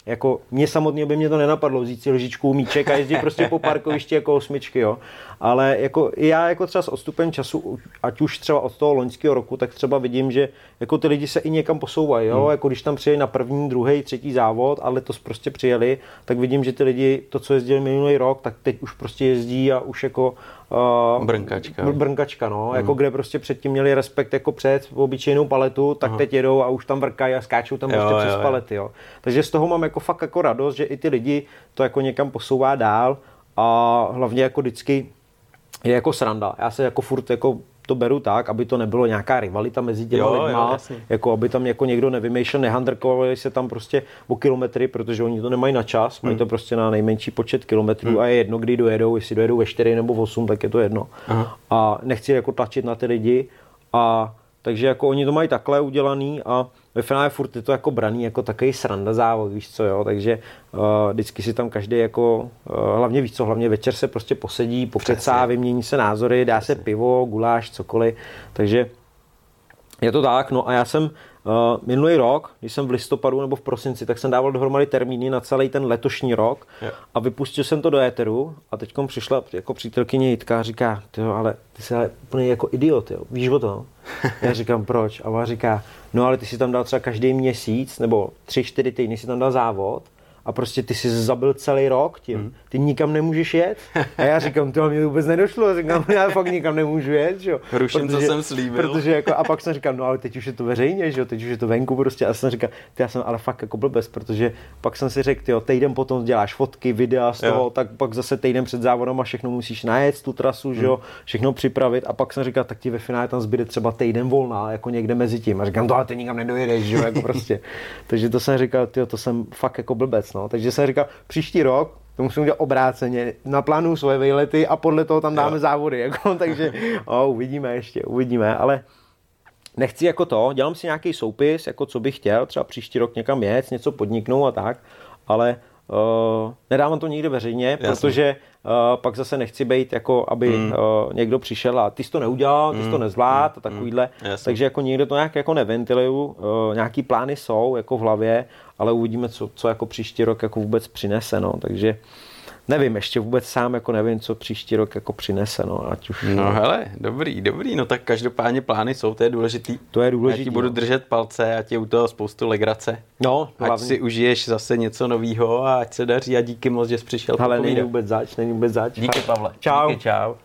jako mě samotně by mě to nenapadlo vzít si lžičku, míček a jezdit prostě po parkovišti jako osmičky, jo. Ale jako já jako třeba s odstupem času, ať už třeba od toho loňského roku, tak třeba vidím, že jako ty lidi se i někam posouvají, jo. Hmm. Jako když tam přijeli na první, druhý, třetí závod a letos prostě přijeli, tak vidím, že ty lidi to, co jezdili minulý rok, tak teď už prostě jezdí a už jako Uh, brnkačka. Brnkačka, no, hmm. jako kde prostě předtím měli respekt jako před obyčejnou paletu, tak uh-huh. teď jedou a už tam vrkají a skáčou tam jo, prostě jo, přes jo. palety, jo. Takže z toho mám jako fakt jako radost, že i ty lidi to jako někam posouvá dál a hlavně jako vždycky je jako sranda. Já se jako furt jako to beru tak, aby to nebylo nějaká rivalita mezi těma jo, lidma, jo, jako aby tam jako někdo nevymýšlel, nehandrkovali se tam prostě o kilometry, protože oni to nemají na čas, hmm. mají to prostě na nejmenší počet kilometrů hmm. a je jedno, kdy dojedou, jestli dojedou ve čtyři nebo osm, tak je to jedno. Aha. A nechci jako tlačit na ty lidi a takže jako oni to mají takhle udělaný a ve finále furt je to jako braný jako takový sranda závod, víš co, jo, takže uh, vždycky si tam každý jako, uh, hlavně víš co, hlavně večer se prostě posedí, pokecá, vymění se názory, dá se pivo, guláš, cokoliv, takže je to tak, no a já jsem uh, minulý rok, když jsem v listopadu nebo v prosinci, tak jsem dával dohromady termíny na celý ten letošní rok yeah. a vypustil jsem to do éteru a teďkom přišla jako přítelkyně Jitka a říká, tyjo, ale ty jsi ale úplně jako idiot, jo, víš o to? Já říkám, proč? A ona říká, no ale ty si tam dal třeba každý měsíc nebo tři, čtyři týdny si tam dal závod a prostě ty jsi zabil celý rok tím. Hmm. Ty nikam nemůžeš jet. A já říkám, to mě vůbec nedošlo. Říkám, já fakt nikam nemůžu jet. Že? Ruším, co jsem slíbil. Protože jako, a pak jsem říkal, no ale teď už je to veřejně, že? Teď už je to venku prostě. A jsem říkal, ty já jsem ale fakt jako blbec, protože pak jsem si řekl, jo, týden potom děláš fotky, videa z toho, jo. tak pak zase týden před závodem a všechno musíš najet tu trasu, že jo, všechno připravit. A pak jsem říkal, tak ti ve finále tam zbyde třeba týden volná, jako někde mezi tím. A říkám, to ale ty nikam nedojedeš, že jo, jako prostě. Takže to jsem říkal, tyjo, to jsem fakt jako blbec, no. Takže jsem říkal, příští rok to musím udělat obráceně, naplánuju svoje výlety a podle toho tam dáme jo. závody, jako, takže o, uvidíme ještě, uvidíme, ale nechci jako to, dělám si nějaký soupis, jako co bych chtěl, třeba příští rok někam jet, něco podniknout a tak, ale uh, nedávám to nikde veřejně, Jasně. protože uh, pak zase nechci být jako, aby mm. uh, někdo přišel a ty jsi to neudělal, ty jsi to nezvlád mm. a takovýhle, mm. takže jako nikdo to nějak jako neventiluju, uh, nějaký plány jsou jako v hlavě, ale uvidíme, co, co jako příští rok jako vůbec přinese, no, takže nevím, ještě vůbec sám jako nevím, co příští rok jako přinese, no, ať už... No hele, dobrý, dobrý, no tak každopádně plány jsou, to je důležitý. To je důležitý. Já ti budu no. držet palce, ať je u toho spoustu legrace. No, ať hlavně. Si užiješ zase něco novýho a ať se daří a díky moc, že jsi přišel. Ale není vůbec zač, není vůbec zač. Díky, Pavle. Čau. Díky, čau.